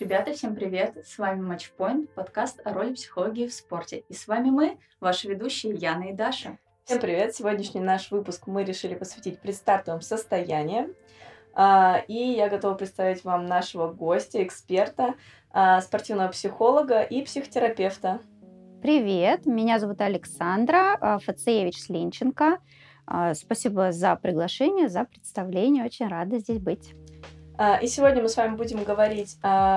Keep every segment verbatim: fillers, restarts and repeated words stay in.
Ребята, всем привет! С вами Матчпоинт, подкаст о роли психологии в спорте. И с вами мы, ваши ведущие Яна и Даша. Всем привет! Сегодняшний наш выпуск мы решили посвятить предстартовым состояниям. И я готова представить вам нашего гостя, эксперта, спортивного психолога и психотерапевта. Привет, меня зовут Александра Фацеевич-Слинченко. Спасибо за приглашение, за представление. Очень рада здесь быть. И сегодня мы с вами будем говорить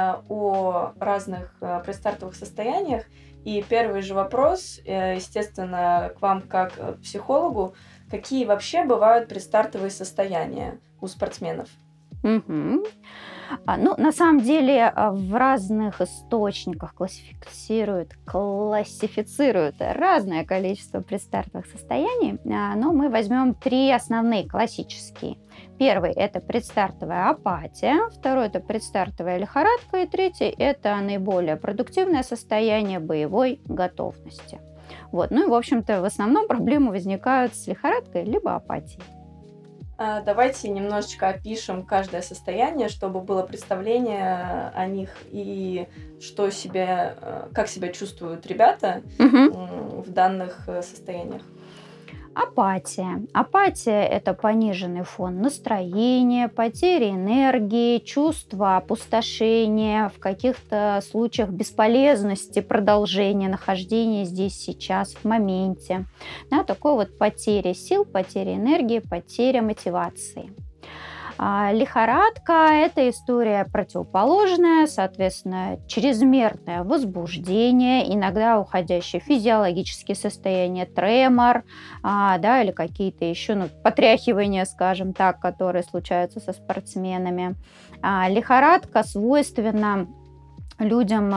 о разных предстартовых состояниях. И первый же вопрос, естественно, к вам как к психологу. Какие вообще бывают предстартовые состояния у спортсменов? Угу. Ну, на самом деле в разных источниках классифицируют, классифицируют разное количество предстартовых состояний, но мы возьмем три основные классические. Первый – это предстартовая апатия, второй – это предстартовая лихорадка, и третий – это наиболее продуктивное состояние боевой готовности. Вот. Ну и, в общем-то, в основном проблемы возникают с лихорадкой либо апатией. Давайте немножечко опишем каждое состояние, чтобы было представление о них и что себя, как себя чувствуют ребята угу. в данных состояниях. Апатия. Апатия – это пониженный фон настроения, потери энергии, чувство опустошения, в каких-то случаях бесполезности продолжения нахождения здесь, сейчас, в моменте. Да, такой вот потеря сил, потеря энергии, потеря мотивации. А лихорадка – это история противоположная, соответственно, чрезмерное возбуждение, иногда уходящие физиологические состояния, тремор, а, да, или какие-то еще ну, потряхивания, скажем так, которые случаются со спортсменами. А лихорадка свойственна людям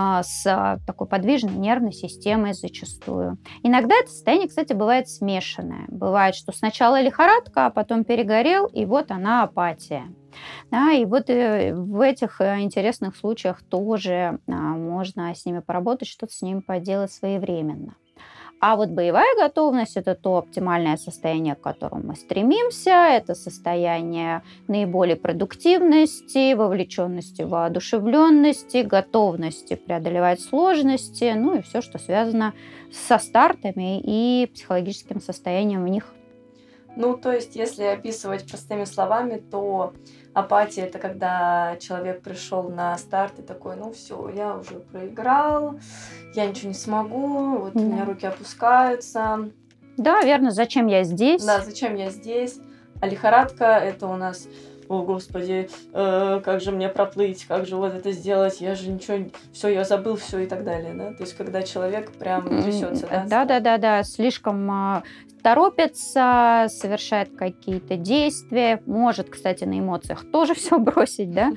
с такой подвижной нервной системой зачастую. Иногда это состояние, кстати, бывает смешанное. Бывает, что сначала лихорадка, а потом перегорел, и вот она апатия. Да, и вот в этих интересных случаях тоже можно с ними поработать, что-то с ними поделать своевременно. А вот боевая готовность – это то оптимальное состояние, к которому мы стремимся. Это состояние наиболей продуктивности, вовлеченности, воодушевленности, готовности преодолевать сложности, ну и все, что связано со стартами и психологическим состоянием в них. Ну, то есть, если описывать простыми словами, то апатия – это когда человек пришел на старт и такой, ну все, я уже проиграл, я ничего не смогу, вот да. у меня руки опускаются. Да, верно, зачем я здесь? Да, зачем я здесь? А лихорадка – это у нас, о господи, э, как же мне проплыть, как же вот это сделать, я же ничего, все, я забыл, все и так далее, да? То есть, когда человек прям трясется, да? Да, да, да, да, слишком торопится, совершает какие-то действия, может, кстати, на эмоциях тоже все бросить, да,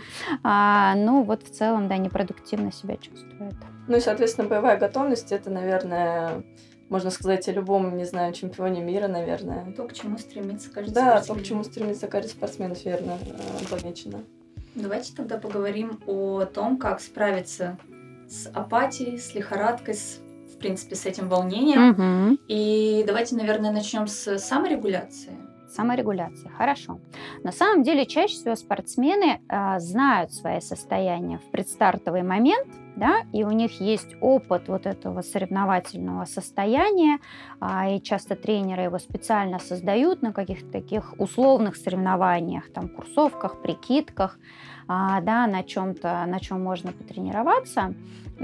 а, ну вот в целом, да, непродуктивно себя чувствует. Ну и, соответственно, боевая готовность, это, наверное, можно сказать о любом, не знаю, чемпионе мира, наверное. То, к чему стремится каждый да, спортсмен. Да, то, к чему стремится каждый спортсмен, верно, помечено. Давайте тогда поговорим о том, как справиться с апатией, с лихорадкой, с в принципе, с этим волнением. Угу. И давайте, наверное, начнем с саморегуляции. Саморегуляция, хорошо. На самом деле, чаще всего спортсмены э, знают свои состояния в предстартовый момент, да, и у них есть опыт вот этого соревновательного состояния, э, и часто тренеры его специально создают на каких-то таких условных соревнованиях, там, курсовках, прикидках, э, да, на чем-то, на чем можно потренироваться.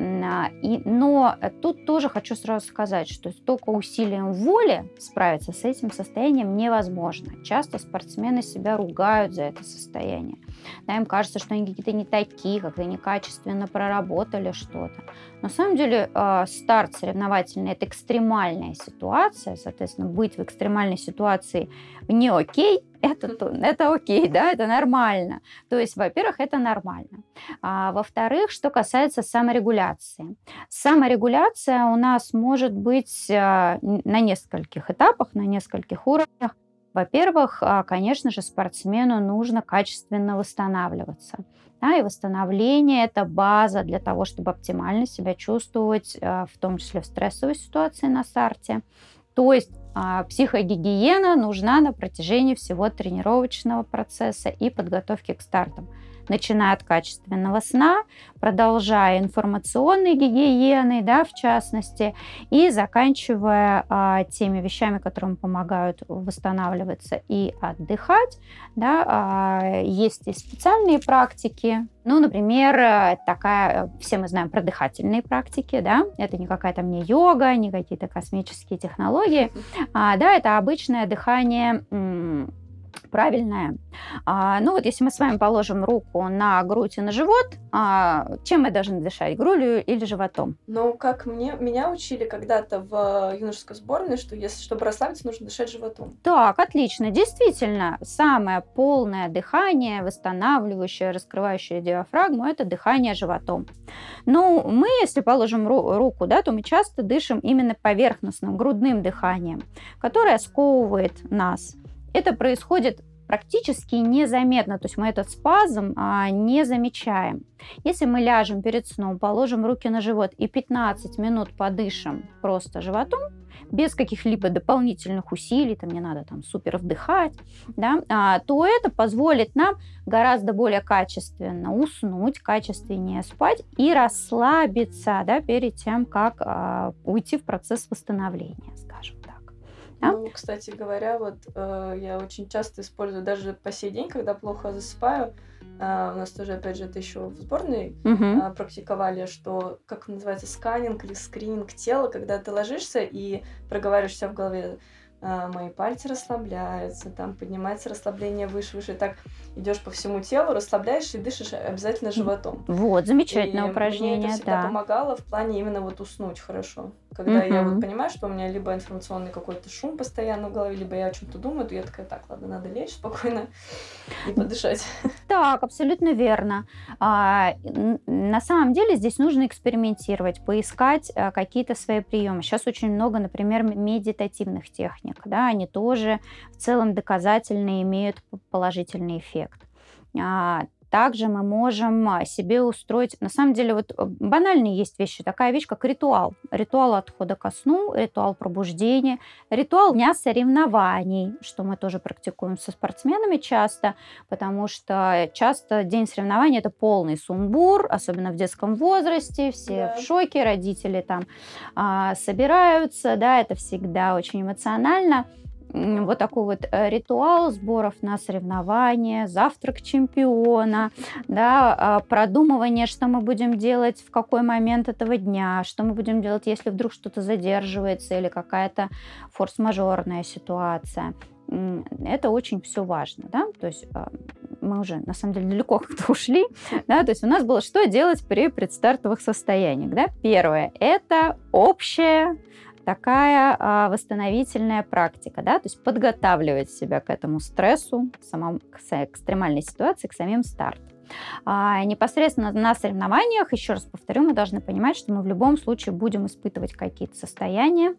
И, но тут тоже хочу сразу сказать, что только усилием воли справиться с этим состоянием невозможно. Часто спортсмены себя ругают за это состояние. Да, им кажется, что они какие-то не такие, как-то некачественно проработали что-то. На самом деле старт соревновательный – это экстремальная ситуация, соответственно, быть в экстремальной ситуации не окей, это, это окей, да, это нормально. То есть, во-первых, это нормально. А, во-вторых, что касается саморегуляции. Саморегуляция у нас может быть а, на нескольких этапах, на нескольких уровнях. Во-первых, а, конечно же, спортсмену нужно качественно восстанавливаться. Да, и восстановление – это база для того, чтобы оптимально себя чувствовать, а, в том числе в стрессовой ситуации на старте. То есть а, психогигиена нужна на протяжении всего тренировочного процесса и подготовки к стартам. начиная от качественного сна, продолжая информационной гигиеной, да, в частности, и заканчивая а, теми вещами, которые помогают восстанавливаться и отдыхать. Да, а, есть и специальные практики. Ну, например, такая, все мы знаем про дыхательные практики, да, это не какая-то мне йога, не какие-то космические технологии, а, да, это обычное дыхание м- правильное. А, ну вот если мы с вами положим руку на грудь и на живот, а, чем мы должны дышать, грудью или животом? Ну, как мне, меня учили когда-то в юношеской сборной, что если, чтобы расслабиться, нужно дышать животом. Так, отлично. Действительно, самое полное дыхание, восстанавливающее, раскрывающее диафрагму, это дыхание животом. Но мы, если положим ру- руку, да, то мы часто дышим именно поверхностным, грудным дыханием, которое сковывает нас. Это происходит практически незаметно, то есть мы этот спазм а, не замечаем. Если мы ляжем перед сном, положим руки на живот и пятнадцать минут подышим просто животом, без каких-либо дополнительных усилий, там не надо там супер вдыхать, да, а, то это позволит нам гораздо более качественно уснуть, качественнее спать и расслабиться, да, перед тем, как а, уйти в процесс восстановления, скажем так. Да? Ну, кстати говоря, вот э, я очень часто использую даже по сей день, когда плохо засыпаю. Э, у нас тоже, опять же, это еще в сборной Угу. э, практиковали, что, как называется, сканинг или скрининг тела, когда ты ложишься и проговариваешь себя в голове. э, Мои пальцы расслабляются, там поднимается расслабление выше-выше. И так идешь по всему телу, расслабляешься и дышишь обязательно животом. Вот, замечательное И упражнение, мне это всегда да. помогало в плане именно вот уснуть хорошо. Когда я Мгм. вот понимаю, что у меня либо информационный какой-то шум постоянно в голове, либо я о чем-то думаю, то я такая, так, ладно, надо лечь спокойно и подышать. Так, абсолютно верно. А, н- на самом деле здесь нужно экспериментировать, поискать а, какие-то свои приемы. Сейчас очень много, например, м- медитативных техник, да, они тоже в целом доказательно имеют п- положительный эффект. А, Также мы можем а, себе устроить, на самом деле, вот э, банальные есть вещи, такая вещь, как ритуал. Ритуал отхода ко сну, ритуал пробуждения, ритуал дня соревнований, что мы тоже практикуем со спортсменами часто, потому что часто день соревнований – это полный сумбур, особенно в детском возрасте, все Да. в шоке, родители там а, собираются, да, это всегда очень эмоционально. М, Вот такой вот э, ритуал сборов на соревнования, завтрак чемпиона, да, а, продумывание, что мы будем делать в какой момент этого дня, что мы будем делать, если вдруг что-то задерживается или какая-то форс-мажорная ситуация. М, Это очень все важно, да, то есть а, мы уже, на самом деле, далеко как-то ушли, да, то есть у нас было, что делать при предстартовых состояниях, да. Первое – это общее такая а, восстановительная практика, да, то есть подготавливать себя к этому стрессу, самому, к с- экстремальной ситуации, к самим стартам. А, непосредственно на соревнованиях, еще раз повторю, мы должны понимать, что мы в любом случае будем испытывать какие-то состояния.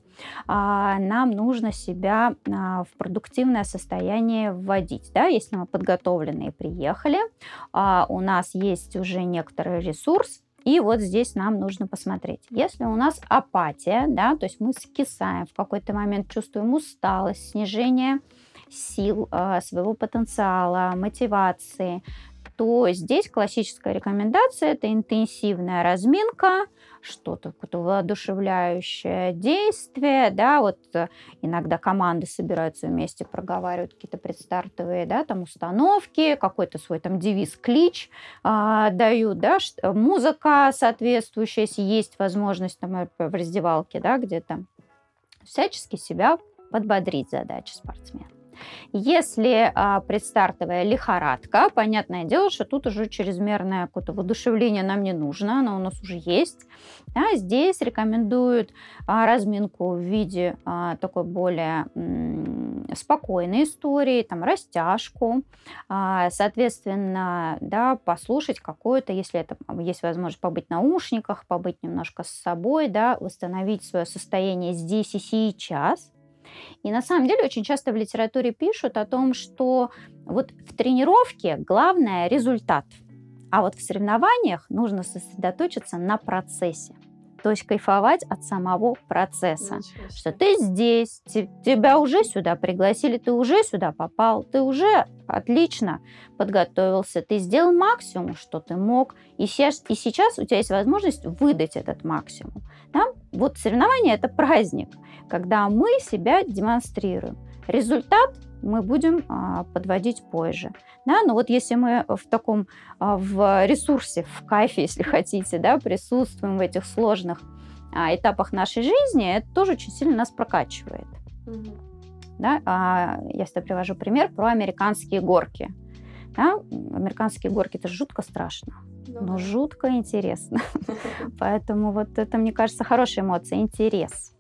А, нам нужно себя а, в продуктивное состояние вводить. Да? Если мы подготовлены и приехали, а, у нас есть уже некоторый ресурс, и вот здесь нам нужно посмотреть. Если у нас апатия, да, то есть мы скисаем, в какой-то момент чувствуем усталость, снижение сил, э, своего потенциала, мотивации, то здесь классическая рекомендация – это интенсивная разминка, что-то какое-то воодушевляющее действие, да, вот э, иногда команды собираются вместе, проговаривают какие-то предстартовые, да, там установки, какой-то свой там девиз, клич а, дают, да, ш- музыка соответствующая, если есть возможность там э, в раздевалке, да, где-то всячески себя подбодрить задачи спортсмена. Если а, предстартовая лихорадка, понятное дело, что тут уже чрезмерное какое-то воодушевление нам не нужно, оно у нас уже есть. Да, здесь рекомендуют а, разминку в виде а, такой более м, спокойной истории, там, растяжку, а, соответственно, да, послушать какое-то, если это есть возможность побыть в наушниках, побыть немножко с собой, да, восстановить свое состояние здесь и сейчас. И на самом деле очень часто в литературе пишут о том, что вот в тренировке главное результат, а вот в соревнованиях нужно сосредоточиться на процессе. То есть кайфовать от самого процесса. Что ты здесь, te- тебя уже сюда пригласили, ты уже сюда попал, ты уже отлично подготовился, ты сделал максимум, что ты мог, и сейчас, и сейчас у тебя есть возможность выдать этот максимум. Да? Вот соревнование – это праздник, когда мы себя демонстрируем. Результат мы будем а, подводить позже. Да? Но вот если мы в таком, а, в ресурсе, в кайфе, если хотите, да, присутствуем в этих сложных а, этапах нашей жизни, это тоже очень сильно нас прокачивает. Mm-hmm. Да? А, я всегда привожу пример про американские горки. Да? Американские горки – это жутко страшно, mm-hmm. но жутко интересно. Поэтому вот это, мне кажется, хорошая эмоция – интерес.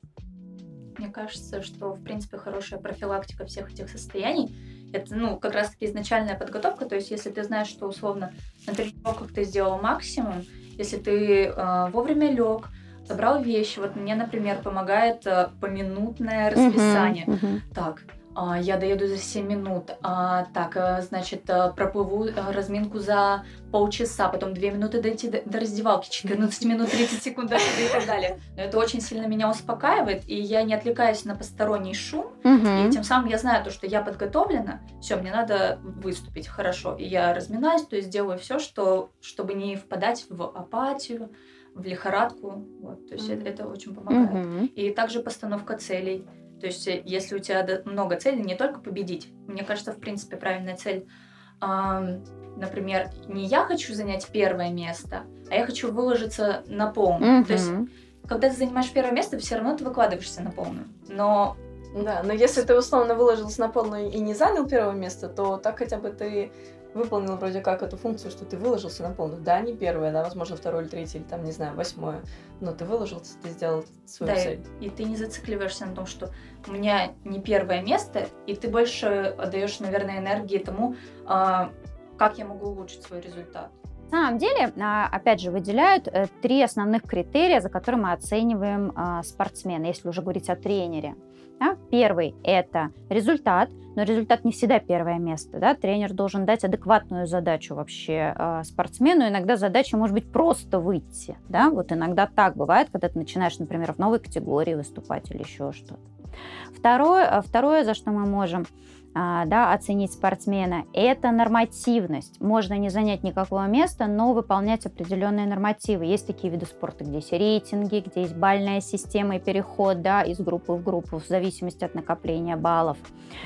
Мне кажется, что, в принципе, хорошая профилактика всех этих состояний – это, ну, как раз-таки изначальная подготовка. То есть, если ты знаешь, что, условно, на тренировках ты сделал максимум, если ты э, вовремя лег, собрал вещи. Вот мне, например, помогает э, поминутное расписание. Uh-huh, uh-huh. Так, э, я доеду за семь минут, а, так, э, значит, э, проплыву э, разминку за полчаса, потом две минуты дойти до, до раздевалки, четырнадцать минут, тридцать секунд и так далее. Но это очень сильно меня успокаивает, и я не отвлекаюсь на посторонний шум, uh-huh. и тем самым я знаю то, что я подготовлена, все, мне надо выступить хорошо, и я разминаюсь, то есть делаю все, что, чтобы не впадать в апатию, в лихорадку, вот, то есть mm-hmm. это, это очень помогает. Mm-hmm. И также постановка целей. То есть если у тебя много целей, не только победить. Мне кажется, в принципе, правильная цель, э, например, не я хочу занять первое место, а я хочу выложиться на полную. Mm-hmm. То есть когда ты занимаешь первое место, все равно ты выкладываешься на полную. Но... Да, но если ты условно выложился на полную и не занял первое место, то так хотя бы ты выполнил вроде как эту функцию, что ты выложился на полную. Да, не первое, да, возможно, второе или третье, или там, не знаю, восьмое. Но ты выложился, ты сделал свою да, цель. И, и ты не зацикливаешься на том, что у меня не первое место, и ты больше отдаешь, наверное, энергии тому, а, как я могу улучшить свой результат. На самом деле, опять же, выделяют три основных критерия, за которые мы оцениваем спортсмена, если уже говорить о тренере. Да? Первый – это результат, но результат не всегда первое место. Да? Тренер должен дать адекватную задачу вообще э, спортсмену. Иногда задача может быть просто выйти. Да? Вот иногда так бывает, когда ты начинаешь, например, в новой категории выступать или еще что-то. Второе, второе за что мы можем да, оценить спортсмена, это нормативность. Можно не занять никакого места, но выполнять определенные нормативы. Есть такие виды спорта, где есть рейтинги, где есть бальная система и переход, да, из группы в группу в зависимости от накопления баллов.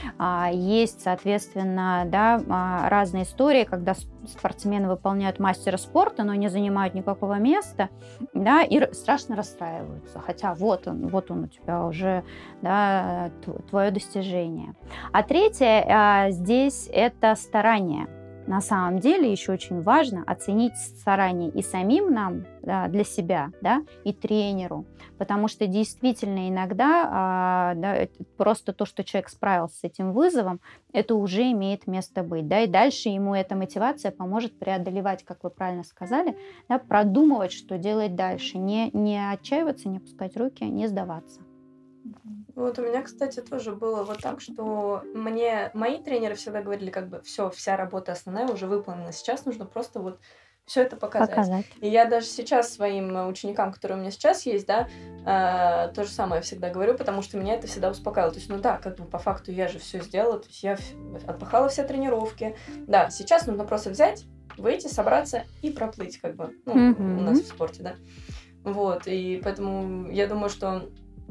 Есть, соответственно, да, разные истории, когда спортсмены выполняют мастера спорта, но не занимают никакого места, да, и страшно расстраиваются. Хотя вот он, вот он у тебя уже, да, твое достижение. А третье здесь это старание. На самом деле еще очень важно оценить старание и самим нам, да, для себя, да, и тренеру, потому что действительно иногда да, просто то, что человек справился с этим вызовом, это уже имеет место быть, да, и дальше ему эта мотивация поможет преодолевать, как вы правильно сказали, да, продумывать, что делать дальше, не, не отчаиваться, не опускать руки, не сдаваться. Вот у меня, кстати, тоже было вот так, что мне мои тренеры всегда говорили, как бы, все, вся работа основная уже выполнена, сейчас нужно просто вот все это показать. показать. И я даже сейчас своим ученикам, которые у меня сейчас есть, да, э, то же самое всегда говорю, потому что меня это всегда успокаивало. То есть, ну да, как бы по факту я же все сделала, то есть я отпахала все тренировки. Да, сейчас нужно просто взять, выйти, собраться и проплыть, как бы, ну, mm-hmm. у нас в спорте, да. Вот, и поэтому я думаю, что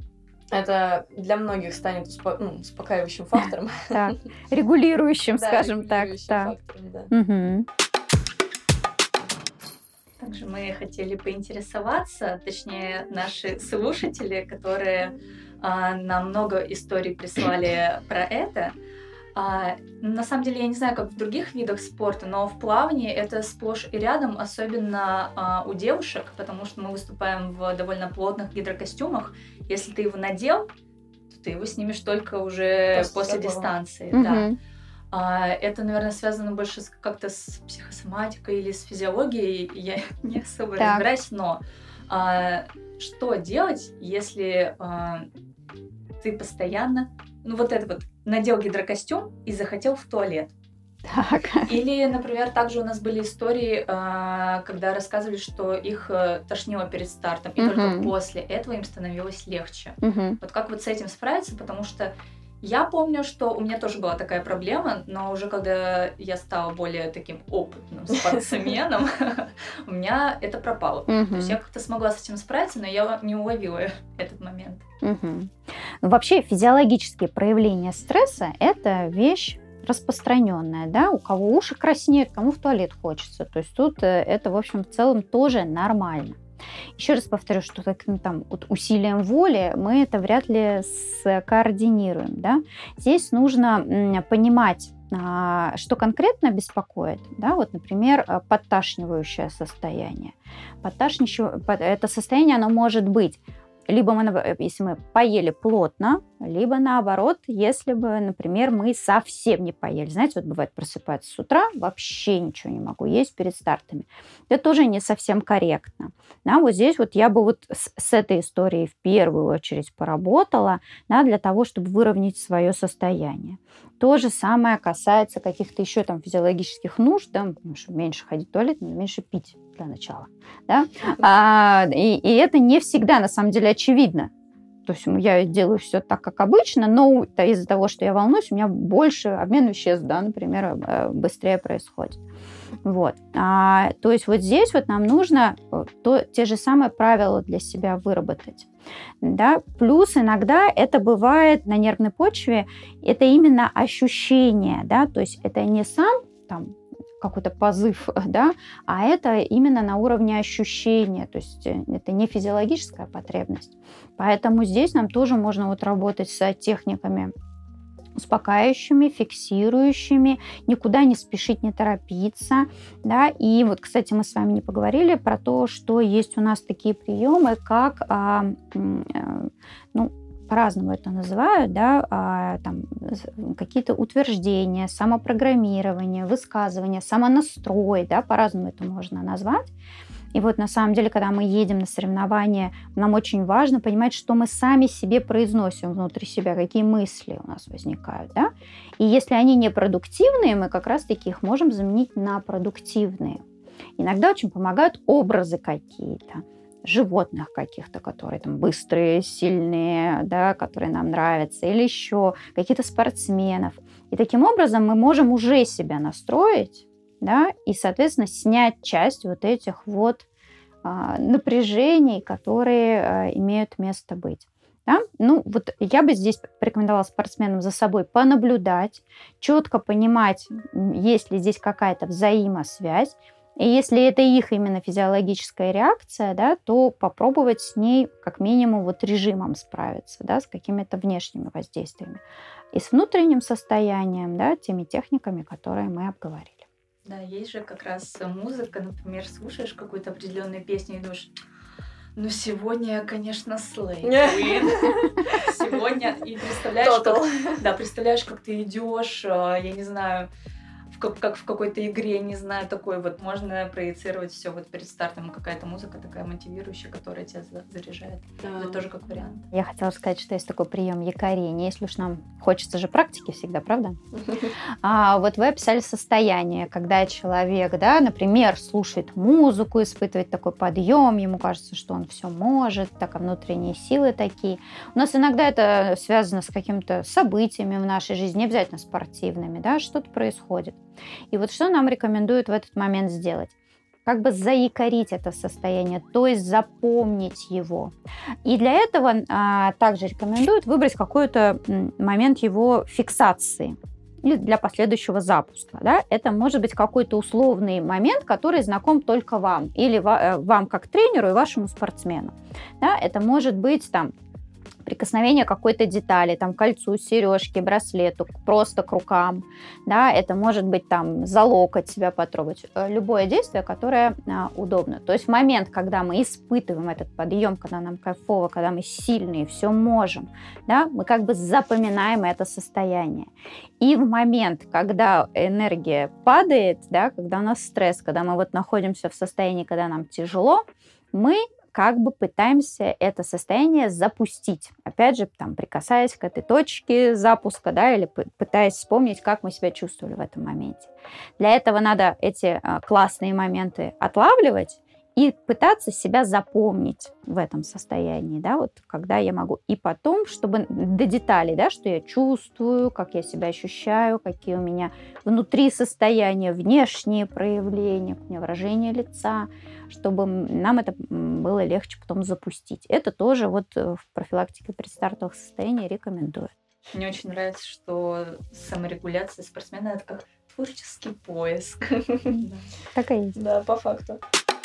это для многих станет успо- ну, успокаивающим фактором. Так, регулирующим, скажем так. Фактором, да. Также мы хотели поинтересоваться, точнее, наши слушатели, которые а, нам много историй прислали про это. А, на самом деле, я не знаю, как в других видах спорта, но в плавании это сплошь и рядом, особенно а, у девушек, потому что мы выступаем в довольно плотных гидрокостюмах. Если ты его надел, то ты его снимешь только уже после, после дистанции. Mm-hmm. Да. А, это, наверное, связано больше с, как-то с психосоматикой или с физиологией. Я не особо так. разбираюсь, но а, что делать, если а, ты постоянно... Ну, вот это вот, надел гидрокостюм и захотел в туалет. Так. Или, например, также у нас были истории, а, когда рассказывали, что их э, тошнило перед стартом, и только Мгм. после этого им становилось легче. Мгм. Вот как вот с этим справиться, потому что я помню, что у меня тоже была такая проблема, но уже когда я стала более таким опытным спортсменом, у меня это пропало. То есть я Мгм. как-то смогла с этим справиться, но я не уловила этот момент. Мгм. Ну, вообще физиологические проявления стресса – это вещь распространенная, да, у кого уши краснеют, кому в туалет хочется. То есть тут э, это, в общем, в целом тоже нормально. Еще раз повторю, что таким там вот усилием воли мы это вряд ли скоординируем, да. Здесь нужно м, понимать, а, что конкретно беспокоит, да, вот, например, а, подташнивающее состояние. Подташнивающее, под- это состояние, оно может быть либо мы, наб- если мы поели плотно, либо наоборот, если бы, например, мы совсем не поели. Знаете, вот бывает, просыпается с утра, вообще ничего не могу есть перед стартами. Это тоже не совсем корректно. Да, вот здесь вот я бы вот с, с этой историей в первую очередь поработала, да, для того, чтобы выровнять свое состояние. То же самое касается каких-то еще там физиологических нужд, да, потому что меньше ходить в туалет, надо меньше пить для начала. Да? А, и, и это не всегда на самом деле очевидно. То есть я делаю все так, как обычно, но это из-за того, что я волнуюсь, у меня больше обмен веществ, да, например, э, быстрее происходит. Вот. А, то есть вот здесь вот нам нужно э, то, те же самые правила для себя выработать. Да? Плюс иногда это бывает на нервной почве, это именно ощущение, да, то есть это не сам там какой-то позыв, да, а это именно на уровне ощущения, то есть это не физиологическая потребность. Поэтому здесь нам тоже можно вот работать с техниками успокаивающими, фиксирующими, никуда не спешить, не торопиться, да, и вот, кстати, мы с вами не поговорили про то, что есть у нас такие приемы, как, а, а, ну, по-разному это называют, да, а, там, какие-то утверждения, самопрограммирование, высказывание, самонастрой, да, по-разному это можно назвать. И вот на самом деле, когда мы едем на соревнования, нам очень важно понимать, что мы сами себе произносим внутри себя, какие мысли у нас возникают, да. И если они непродуктивные, мы как раз-таки их можем заменить на продуктивные. Иногда очень помогают образы какие-то, животных каких-то, которые там быстрые, сильные, да, которые нам нравятся, или еще каких-то спортсменов. И таким образом мы можем уже себя настроить, да, и, соответственно, снять часть вот этих вот а, напряжений, которые а, имеют место быть. Да? Ну, вот я бы здесь порекомендовала спортсменам за собой понаблюдать, четко понимать, есть ли здесь какая-то взаимосвязь, и если это их именно физиологическая реакция, да, то попробовать с ней как минимум вот режимом справиться, да, с какими-то внешними воздействиями. И с внутренним состоянием, да, теми техниками, которые мы обговорили. Да, есть же как раз музыка, например, слушаешь какую-то определенную песню и думаешь, ну сегодня я, конечно, слей. Сегодня и представляешь, как, да, представляешь, как ты идешь, я не знаю, в как, как в какой-то игре, не знаю, такой вот можно проецировать все вот перед стартом, какая-то музыка такая мотивирующая, которая тебя заряжает. Да. Это тоже как вариант. Я хотела сказать, что есть такой прием якорения, если уж нам хочется же практики всегда, правда? А, вот вы описали состояние, когда человек, да, например, слушает музыку, испытывает такой подъем, ему кажется, что он все может, так, а внутренние силы такие. У нас иногда это связано с какими-то событиями в нашей жизни, не обязательно спортивными, да, что-то происходит. И вот что нам рекомендуют в этот момент сделать? Как бы заякорить это состояние, то есть запомнить его. И для этого а, также рекомендуют выбрать какой-то момент его фиксации или для последующего запуска. Да? Это может быть какой-то условный момент, который знаком только вам или ва- вам как тренеру и вашему спортсмену. Да? Это может быть там прикосновение какой-то детали, там, к кольцу, сережке, браслету, просто к рукам, да, это может быть там за локоть себя потрогать, любое действие, которое а, удобно. То есть в момент, когда мы испытываем этот подъем, когда нам кайфово, когда мы сильные, все можем, да, мы как бы запоминаем это состояние. И в момент, когда энергия падает, да, когда у нас стресс, когда мы вот находимся в состоянии, когда нам тяжело, мы как бы пытаемся это состояние запустить. Опять же, там, прикасаясь к этой точке запуска, да, или пытаясь вспомнить, как мы себя чувствовали в этом моменте. Для этого надо эти а, классные моменты отлавливать и пытаться себя запомнить в этом состоянии, да, вот когда я могу. И потом, чтобы до деталей, да, что я чувствую, как я себя ощущаю, какие у меня внутри состояния, внешние проявления, у меня выражение лица, чтобы нам это было легче потом запустить. Это тоже вот в профилактике предстартовых состояний рекомендую. Мне очень нравится, что саморегуляция спортсмена — это как творческий поиск. Так и есть. Да, по факту.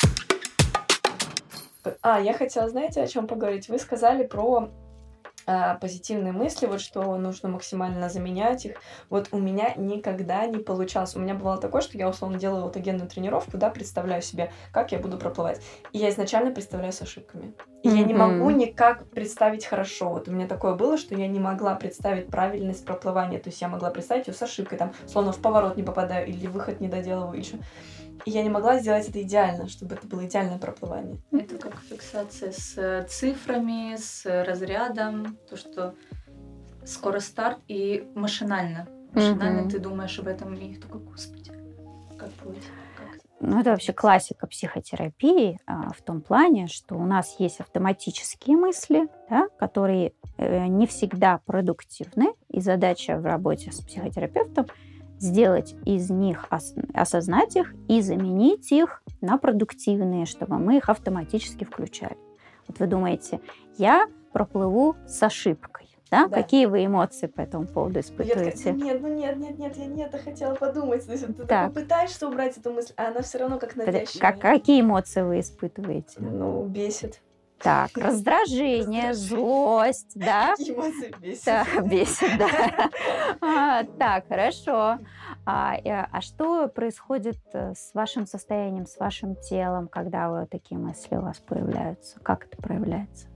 А, я хотела, знаете, о чем поговорить? Вы сказали про а, позитивные мысли, вот что нужно максимально заменять их. Вот у меня никогда не получалось. У меня бывало такое, что я условно делаю аутогенную тренировку, да, представляю себе, как я буду проплывать. И я изначально представляю с ошибками. И mm-hmm. я не могу никак представить хорошо. Вот у меня такое было, что я не могла представить правильность проплывания. То есть я могла представить ее с ошибкой, там, словно в поворот не попадаю, или выход не доделываю, или что. И я не могла сделать это идеально, чтобы это было идеальное проплывание. Это как фиксация с цифрами, с разрядом, то, что скоро старт, и машинально. Машинально mm-hmm. ты думаешь об этом, и такой, господи, как будет? Как... Ну, это вообще классика психотерапии а, в том плане, что у нас есть автоматические мысли, да, которые э, не всегда продуктивны, и задача в работе с психотерапевтом сделать из них, осознать их и заменить их на продуктивные, чтобы мы их автоматически включали. Вот вы думаете, я проплыву с ошибкой, да? Да. Какие вы эмоции по этому поводу испытываете? Я, нет, ну нет, нет, нет, я нет, я хотела подумать. Ты так. Пытаешься убрать эту мысль, а она все равно как навязчивая. Как, какие эмоции вы испытываете? Ну, бесит. Так, раздражение, злость, да? Какие эмоции бесит? Да, бесит, да. А, так, хорошо. А, а что происходит с вашим состоянием, с вашим телом, когда вы, такие мысли у вас появляются? Как это проявляется?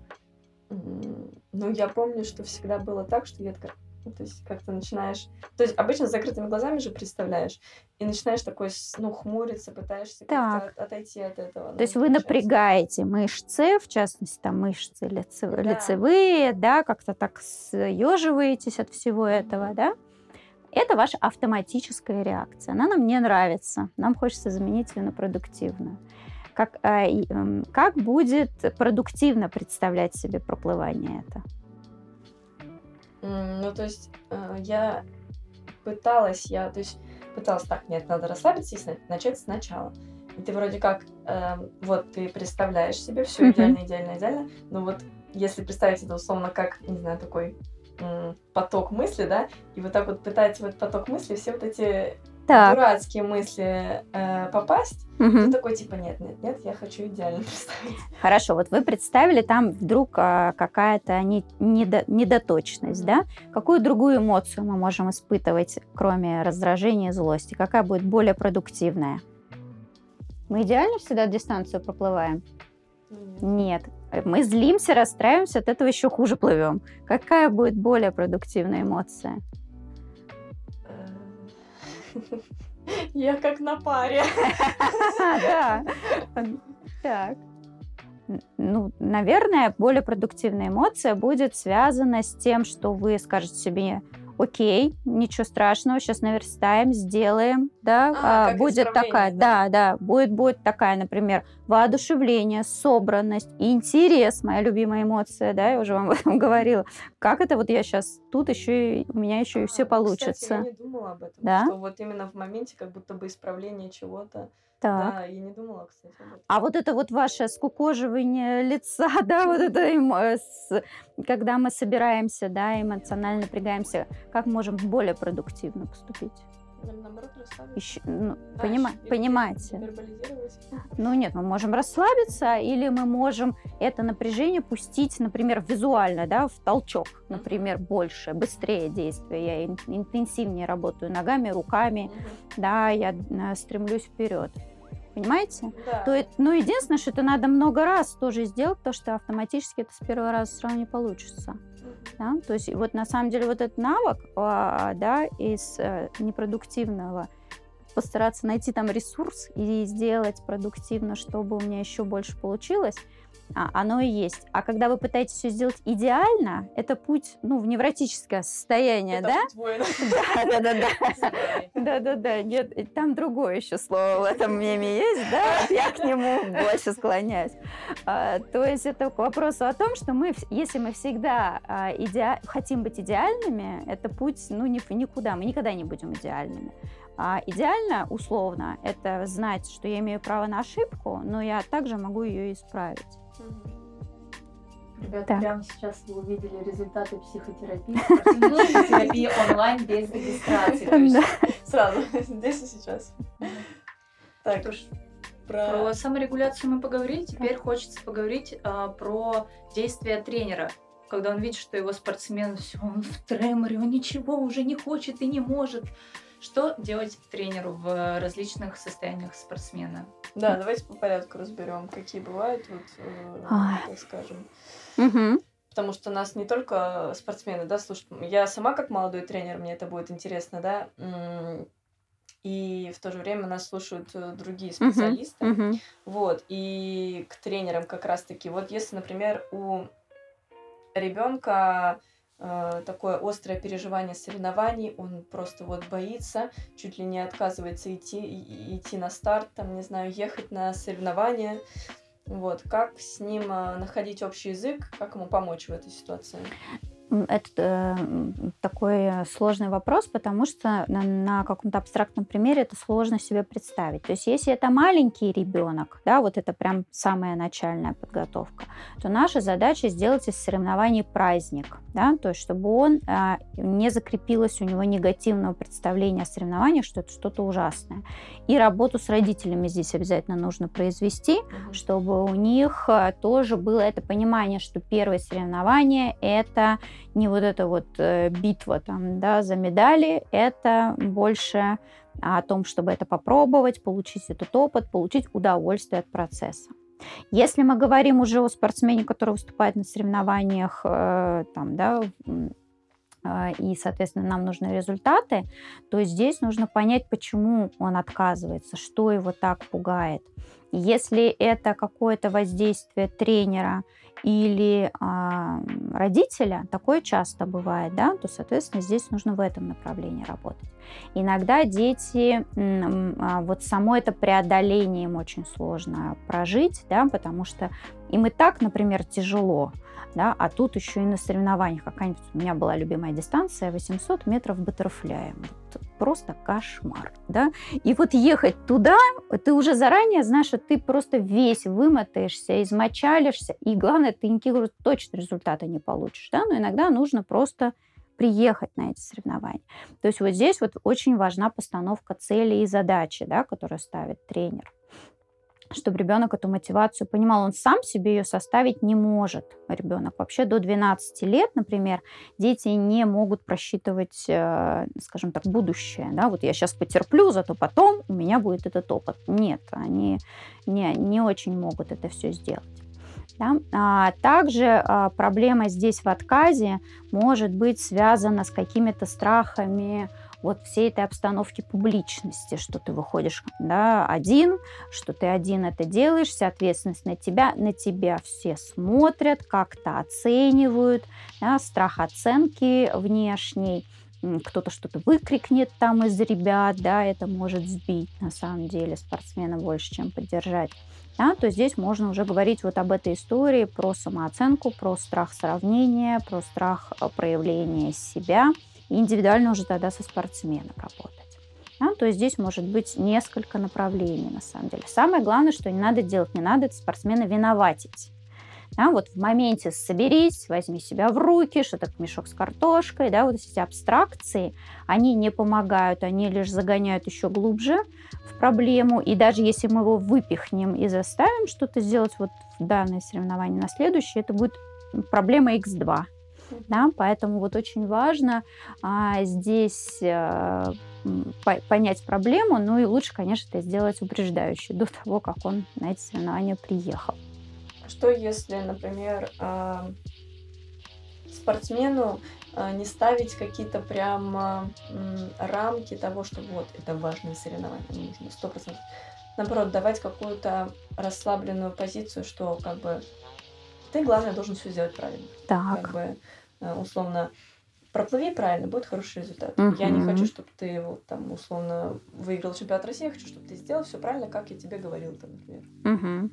Ну, я помню, что всегда было так, что я такая... То есть как-то начинаешь... То есть обычно с закрытыми глазами же представляешь, и начинаешь такой, ну, хмуриться, пытаешься как-то отойти от этого. То есть вы напрягаете мышцы, в частности, там мышцы лицев... да. лицевые, да, как-то так съеживаетесь от всего этого, да? Это ваша автоматическая реакция. Она нам не нравится. Нам хочется заменить ее на продуктивную. Как, э, э, как будет продуктивно представлять себе проплывание это? Ну, то есть э, я пыталась, я, то есть пыталась так, нет, надо расслабиться и начать сначала. И ты вроде как, э, вот, ты представляешь себе все mm-hmm. идеально, идеально, идеально, но вот если представить это условно как, не знаю, такой м- поток мысли, да, и вот так вот пытается в этот поток мысли все вот эти так. дурацкие мысли э, попасть, угу. ты такой типа нет, нет, нет, я хочу идеально представить. Хорошо, вот вы представили, там вдруг а, какая-то не, недо, недоточность, да? Какую другую эмоцию мы можем испытывать, кроме раздражения и злости? Какая будет более продуктивная? Мы идеально всегда дистанцию проплываем? Нет. Нет. Мы злимся, расстраиваемся, от этого еще хуже плывем. Какая будет более продуктивная эмоция? Я как на паре. Да. Так. Ну, наверное, более продуктивная эмоция будет связана с тем, что вы скажете себе: окей, ничего страшного, сейчас наверстаем, сделаем, да, а, а, будет такая, да, да, да, будет, будет такая, например, воодушевление, собранность, интерес, моя любимая эмоция, да, я уже вам об этом говорила. Как это вот я сейчас тут еще и у меня еще и все получится. Кстати, я не думала об этом, да? Что вот именно в моменте как будто бы исправление чего-то. Так. Да, я не думала, кстати, об этом. А вот это вот ваше скукоживание лица, да, вот это, когда мы собираемся, да, эмоционально напрягаемся, как можем более продуктивно поступить? Наоборот, расслабиться. Еще, ну, да, понима, понимаете? Ну нет, мы можем расслабиться, или мы можем это напряжение пустить, например, визуально, да, в толчок, например, больше, быстрее действия. Я интенсивнее работаю ногами, руками, mm-hmm. да, я стремлюсь вперед. Понимаете? Да. То есть, ну, единственное, что это надо много раз тоже сделать, потому что автоматически это с первого раза все равно не получится. Да? То есть вот на самом деле вот этот навык, да, из непродуктивного постараться найти там ресурс и сделать продуктивно, чтобы у меня еще больше получилось, а, оно и есть. А когда вы пытаетесь все сделать идеально, это путь, ну, в невротическое состояние, Это да? путь воина. Да, да, да, да. Да, да, да. Нет, и там другое еще слово в этом меме есть, да? Вот я к нему больше склоняюсь. А, то есть это к вопросу о том, что мы, если мы всегда а, идеа- хотим быть идеальными, это путь, ну, ни, никуда. Мы никогда не будем идеальными. А идеально, условно, это знать, что я имею право на ошибку, но я также могу ее исправить. Ребята, Так. прямо сейчас вы увидели результаты психотерапии. Психотерапия онлайн без регистрации. То есть Сразу, здесь и сейчас. Так, что ж, про... про саморегуляцию мы поговорили. Теперь хочется поговорить а, про действия тренера. Когда он видит, что его спортсмен все, он в треморе, он ничего уже не хочет и не может. Что делать тренеру в различных состояниях спортсмена? Да, давайте по порядку разберем, какие бывают, вот, э, Ай. так скажем. Мгм. Потому что нас не только спортсмены, да, слушают. Я сама как молодой тренер, мне это будет интересно, да, м, и в то же время нас слушают э, другие Мгм. специалисты. Мгм. Вот, и к тренерам как раз-таки, вот если, например, у ребенка э, такое острое переживание соревнований, он просто вот боится, чуть ли не отказывается идти, и- идти на старт, там, не знаю, ехать на соревнования. Вот, как с ним э, находить общий язык, как ему помочь в этой ситуации? М, Это э, м, такой э, сложный вопрос, потому что на, на каком-то абстрактном примере это сложно себе представить. То есть, если это маленький ребенок, да, вот это прям самая начальная подготовка, то наша задача сделать из соревнований праздник, да, то есть, чтобы он а, не закрепилось у него негативного представления о соревнованиях, что это что-то ужасное. И работу с родителями здесь обязательно нужно произвести, чтобы у них а, тоже было это понимание, что первое соревнование это не вот эта вот э, битва там, да, за медали, это больше о том, чтобы это попробовать, получить этот опыт, получить удовольствие от процесса. Если мы говорим уже о спортсмене, который выступает на соревнованиях, э, там, да, м, э, и, соответственно, нам нужны результаты, то здесь нужно понять, почему он отказывается, что его так пугает. Если это какое-то воздействие тренера или а, родителя, такое часто бывает, да, то, соответственно, здесь нужно в этом направлении работать. Иногда дети, м, а, вот само это преодоление им очень сложно прожить, да, потому что им и так, например, тяжело, да, а тут еще и на соревнованиях какая-нибудь, у меня была любимая дистанция восемьсот метров баттерфляем. Вот просто кошмар, да. И вот ехать туда, ты уже заранее знаешь, что ты просто весь вымотаешься, измочалишься, и главное, ты никаких точно результата не получишь, да, но иногда нужно просто приехать на эти соревнования. То есть вот здесь вот очень важна постановка цели и задачи, да, которую ставит тренер, чтобы ребенок эту мотивацию понимал. Он сам себе ее составить не может. Ребенок вообще до двенадцати лет, например, дети не могут просчитывать, э, скажем так, будущее. Да? Вот я сейчас потерплю, зато потом у меня будет этот опыт. Нет, они не, не очень могут это все сделать. Да? А также а, проблема здесь в отказе может быть связана с какими-то страхами вот всей этой обстановки публичности, что ты выходишь, да, один, что ты один это делаешь, вся ответственность на тебя, на тебя все смотрят, как-то оценивают, да, страх оценки внешней, кто-то что-то выкрикнет там из ребят, да, это может сбить на самом деле спортсмена больше, чем поддержать. Да, то здесь можно уже говорить вот об этой истории про самооценку, про страх сравнения, про страх проявления себя, и индивидуально уже тогда со спортсменом работать. Да, то есть здесь может быть несколько направлений на самом деле. Самое главное, что не надо делать, не надо спортсмена виноватить. Да, вот в моменте соберись, возьми себя в руки, что так мешок с картошкой, да, вот эти абстракции, они не помогают, они лишь загоняют еще глубже в проблему, и даже если мы его выпихнем и заставим что-то сделать вот в данное соревнование на следующее, это будет проблема икс два. Да, поэтому вот очень важно а, здесь а, по- понять проблему, ну и лучше, конечно, это сделать упреждающе до того, как он на эти соревнования приехал. Что если, например, э, спортсмену э, не ставить какие-то прям э, м, рамки того, что вот это важное соревнование, нужно сто процентов. Наоборот, давать какую-то расслабленную позицию, что как бы Ты, главное, должен все сделать правильно. Так. Как бы, условно, проплыви правильно, будет хороший результат. Мгм. Я не хочу, чтобы ты вот там условно выиграл чемпионат России, я хочу, чтобы ты сделал все правильно, как я тебе говорил, там, например. Мгм.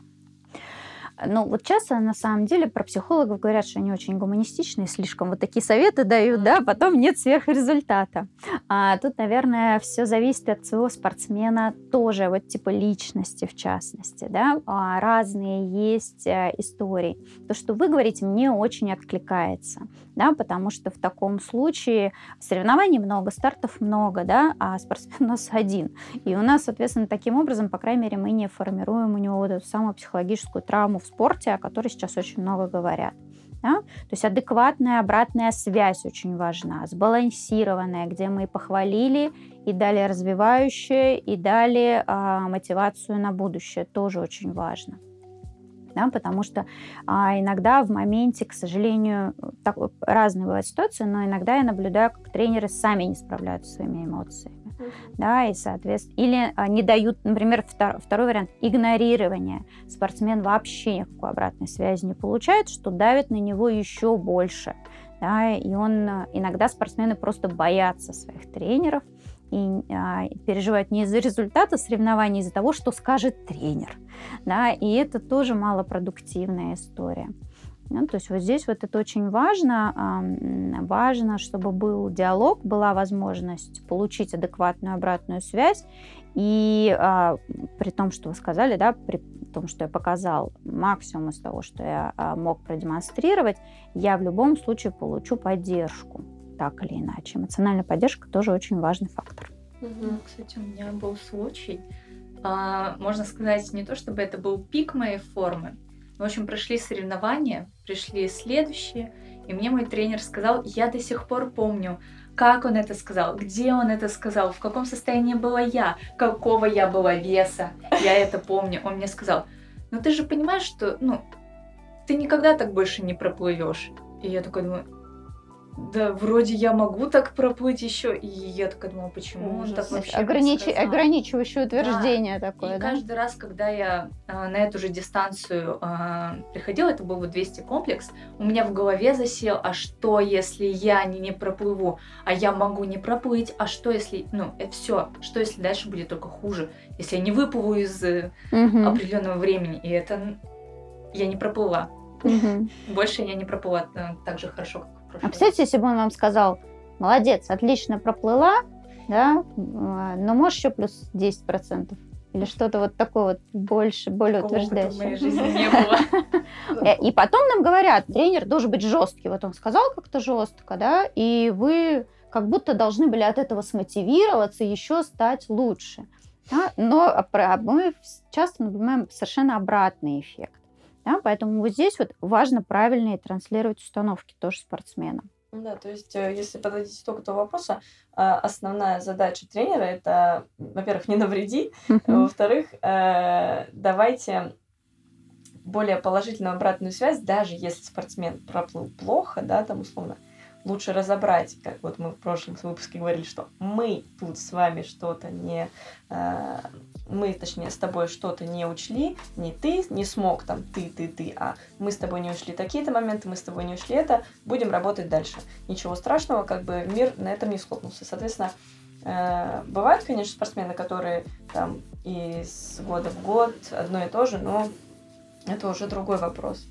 Ну, вот часто, на самом деле, про психологов говорят, что они очень гуманистичные, слишком вот такие советы дают, да, потом нет сверхрезультата. А тут, наверное, все зависит от своего спортсмена тоже, вот типа личности в частности, да. А, разные есть а, истории. То, что вы говорите, мне очень откликается, да, потому что в таком случае соревнований много, стартов много, да, а спортсмен у нас один. И у нас, соответственно, таким образом, по крайней мере, мы не формируем у него вот эту самую психологическую травму в спорте, о которой сейчас очень много говорят. Да? То есть адекватная обратная связь очень важна, сбалансированная, где мы похвалили и дали развивающее, и дали а, мотивацию на будущее, тоже очень важно. Да, потому что а, иногда в моменте, к сожалению, так, разные бывают ситуации, но иногда я наблюдаю, как тренеры сами не справляются со своими эмоциями. Mm-hmm. Да, и, соответственно, или а, не дают, например, втор, второй вариант, игнорирование. Спортсмен вообще никакой обратной связи не получает, что давит на него еще больше. Да, и он, иногда спортсмены просто боятся своих тренеров, и а, переживают не из-за результата соревнований, а из-за того, что скажет тренер. Да? И это тоже малопродуктивная история. Ну, то есть вот здесь вот это очень важно. А, важно, чтобы был диалог, была возможность получить адекватную обратную связь. И а, при том, что вы сказали, да, при том, что я показал максимум из того, что я а, мог продемонстрировать, я в любом случае получу поддержку. Так или иначе. Эмоциональная поддержка тоже очень важный фактор. Угу. Кстати, у меня был случай, а, можно сказать, не то чтобы это был пик моей формы, но, в общем, прошли соревнования, пришли следующие, и мне мой тренер сказал, я до сих пор помню, как он это сказал, где он это сказал, в каком состоянии была я, какого я была веса, я это помню. Он мне сказал, ну ты же понимаешь, что ну, ты никогда так больше не проплывешь. И я такой думаю, да, вроде я могу так проплыть еще. И я такая думала, почему он так вообще Ограничи... Ограничивающее утверждение да. такое, и да? каждый раз, когда я а, на эту же дистанцию а, приходила, это был вот двести комплекс, у меня в голове засел, а что, если я не, не проплыву, а я могу не проплыть, а что, если, ну, это все, что, если дальше будет только хуже, если я не выплыву из угу. определенного времени, и это я не проплыла. Угу. Больше я не проплыла так же хорошо, как А представьте, если бы он вам сказал, молодец, отлично проплыла, да, но можешь еще плюс десять процентов? Или что-то вот такое вот больше, более утверждающее. В моей жизни не было. И потом нам говорят, тренер должен быть жесткий. Вот он сказал как-то жестко, да, и вы как будто должны были от этого смотивироваться и еще стать лучше. Да? Но мы часто наблюдаем совершенно обратный эффект. Да, поэтому вот здесь вот важно правильно транслировать установки тоже спортсменам. Да, то есть, если подводить итог этого вопроса, основная задача тренера – это, во-первых, не навреди, uh-huh. во-вторых, давайте более положительную обратную связь, даже если спортсмен проплыл плохо, да, там условно, лучше разобрать, как вот мы в прошлом выпуске говорили, что мы тут с вами что-то не... Э, мы, точнее, с тобой что-то не учли, не ты не смог, там, ты, ты, ты, а мы с тобой не учли такие-то моменты, мы с тобой не учли это, будем работать дальше. Ничего страшного, как бы мир на этом не схлопнулся. Соответственно, э, бывают, конечно, спортсмены, которые там из года в год одно и то же, но это уже другой вопрос.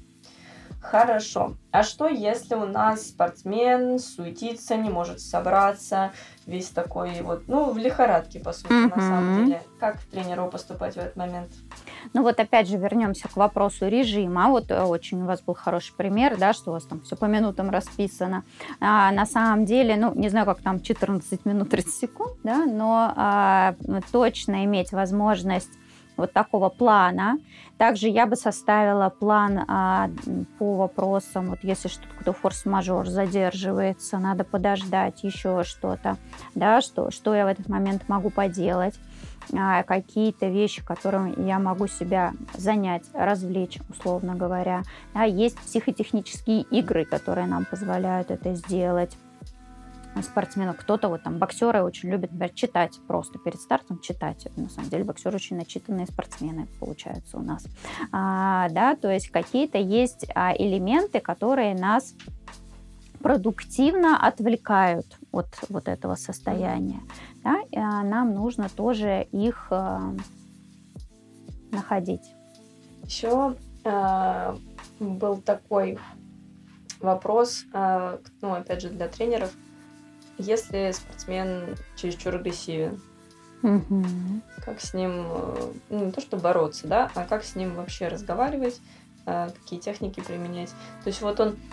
Хорошо. А что, если у нас спортсмен суетится, не может собраться, весь такой вот, ну, в лихорадке, по сути, mm-hmm. на самом деле? Как тренеру поступать в этот момент? Ну вот опять же вернемся к вопросу режима. Вот очень у вас был хороший пример, да, что у вас там все по минутам расписано. А, на самом деле, ну, не знаю, как там четырнадцать минут тридцать секунд, да, но а, точно иметь возможность вот такого плана. Также я бы составила план а, по вопросам, вот если что-то, какой-то форс-мажор задерживается, надо подождать, еще что-то, да, что, что я в этот момент могу поделать, а, какие-то вещи, которыми я могу себя занять, развлечь, условно говоря. Да, есть психотехнические игры, которые нам позволяют это сделать. спортсменов. Кто-то, вот там, боксеры очень любят, например, читать просто перед стартом, читать. На самом деле боксеры очень начитанные спортсмены, получаются у нас. А, да, то есть какие-то есть а, элементы, которые нас продуктивно отвлекают от вот этого состояния. Да? И, а, нам нужно тоже их а, находить. Еще а, был такой вопрос, а, ну, опять же, для тренеров. Если спортсмен чересчур агрессивен, Угу. как с ним, ну, не то что бороться, да, а как с ним вообще разговаривать, какие техники применять. То есть вот он,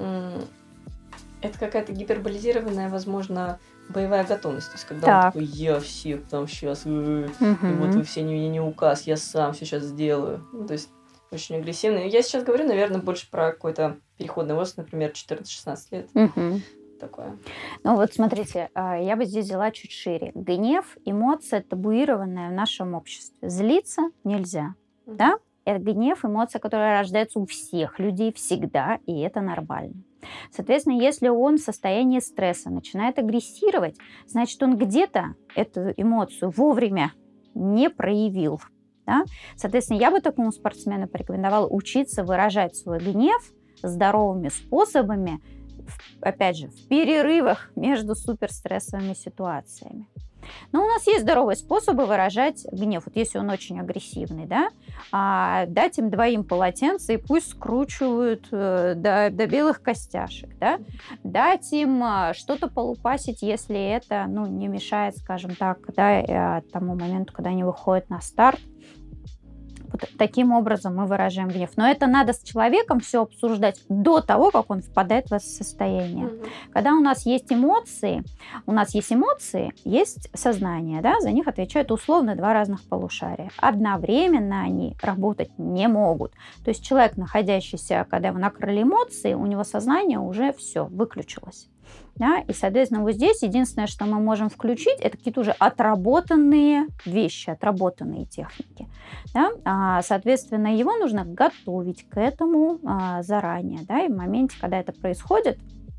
это какая-то гиперболизированная, возможно, боевая готовность. То есть когда так. он такой, я всех там сейчас, угу. и вот вы все мне не указ, я сам сейчас сделаю. Ну, то есть очень агрессивный. Я сейчас говорю, наверное, больше про какой-то переходный возраст, например, четырнадцать-шестнадцать лет. Угу. Такое. Ну вот смотрите, я бы здесь взяла чуть шире. Гнев, эмоция табуированная в нашем обществе. Злиться нельзя, mm-hmm. да? Это гнев, эмоция, которая рождается у всех людей всегда, и это нормально. Соответственно, если он в состоянии стресса начинает агрессировать, значит, он где-то эту эмоцию вовремя не проявил. Да? Соответственно, я бы такому спортсмену порекомендовала учиться выражать свой гнев здоровыми способами, опять же, в перерывах между суперстрессовыми ситуациями. Но у нас есть здоровые способы выражать гнев. Вот если он очень агрессивный, да, а, дать им двоим полотенце и пусть скручивают э, до, до белых костяшек, да, дать им э, что-то полупасить, если это, ну, не мешает, скажем так, да, тому моменту, когда они выходят на старт. Вот таким образом мы выражаем гнев. Но это надо с человеком все обсуждать до того, как он впадает в это состояние. Mm-hmm. Когда у нас есть эмоции, у нас есть эмоции, есть сознание, да, за них отвечают условно два разных полушария. Одновременно они работать не могут. То есть человек, находящийся, когда его накрыли эмоции, у него сознание уже все выключилось. Да? И, соответственно, вот здесь единственное, что мы можем включить, это какие-то уже отработанные вещи, отработанные техники. Да? А, соответственно, его нужно готовить к этому а, заранее. Да? И в моменте, когда это происходит,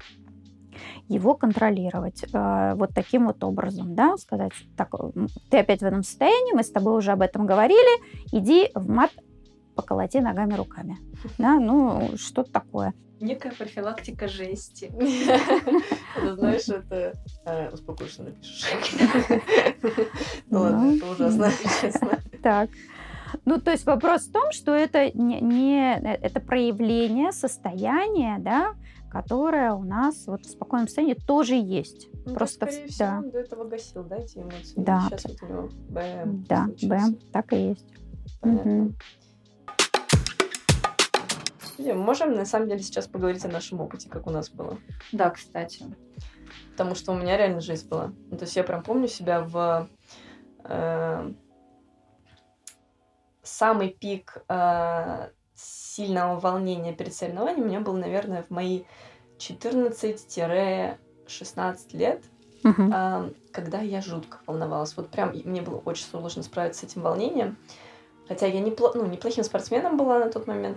его контролировать а, вот таким вот образом. Да? Сказать, так, ты опять в этом состоянии, мы с тобой уже об этом говорили, иди в мат, поколоти ногами, руками. Да? Ну, что-то такое. Некая профилактика жести. Знаешь, это... Успокойся, напишешь. Ну ладно, это ужасно, честно. Так. Ну, то есть вопрос в том, что это не это проявление состояния, да, которое у нас вот в спокойном состоянии тоже есть. Просто скорее всего, он до этого гасил, да, эти эмоции? Да. Сейчас вот у него БМ. Да, БМ, так и есть. Понятно. Мы можем, на самом деле, сейчас поговорить о нашем опыте, как у нас было. Да, кстати. Потому что у меня реально жизнь была. Ну, то есть я прям помню себя в э, самый пик э, сильного волнения перед соревнованием у меня был, наверное, в мои четырнадцать-шестнадцать лет, uh-huh. э, когда я жутко волновалась. Вот прям мне было очень сложно справиться с этим волнением. Хотя я непло- ну, неплохим спортсменом была на тот момент.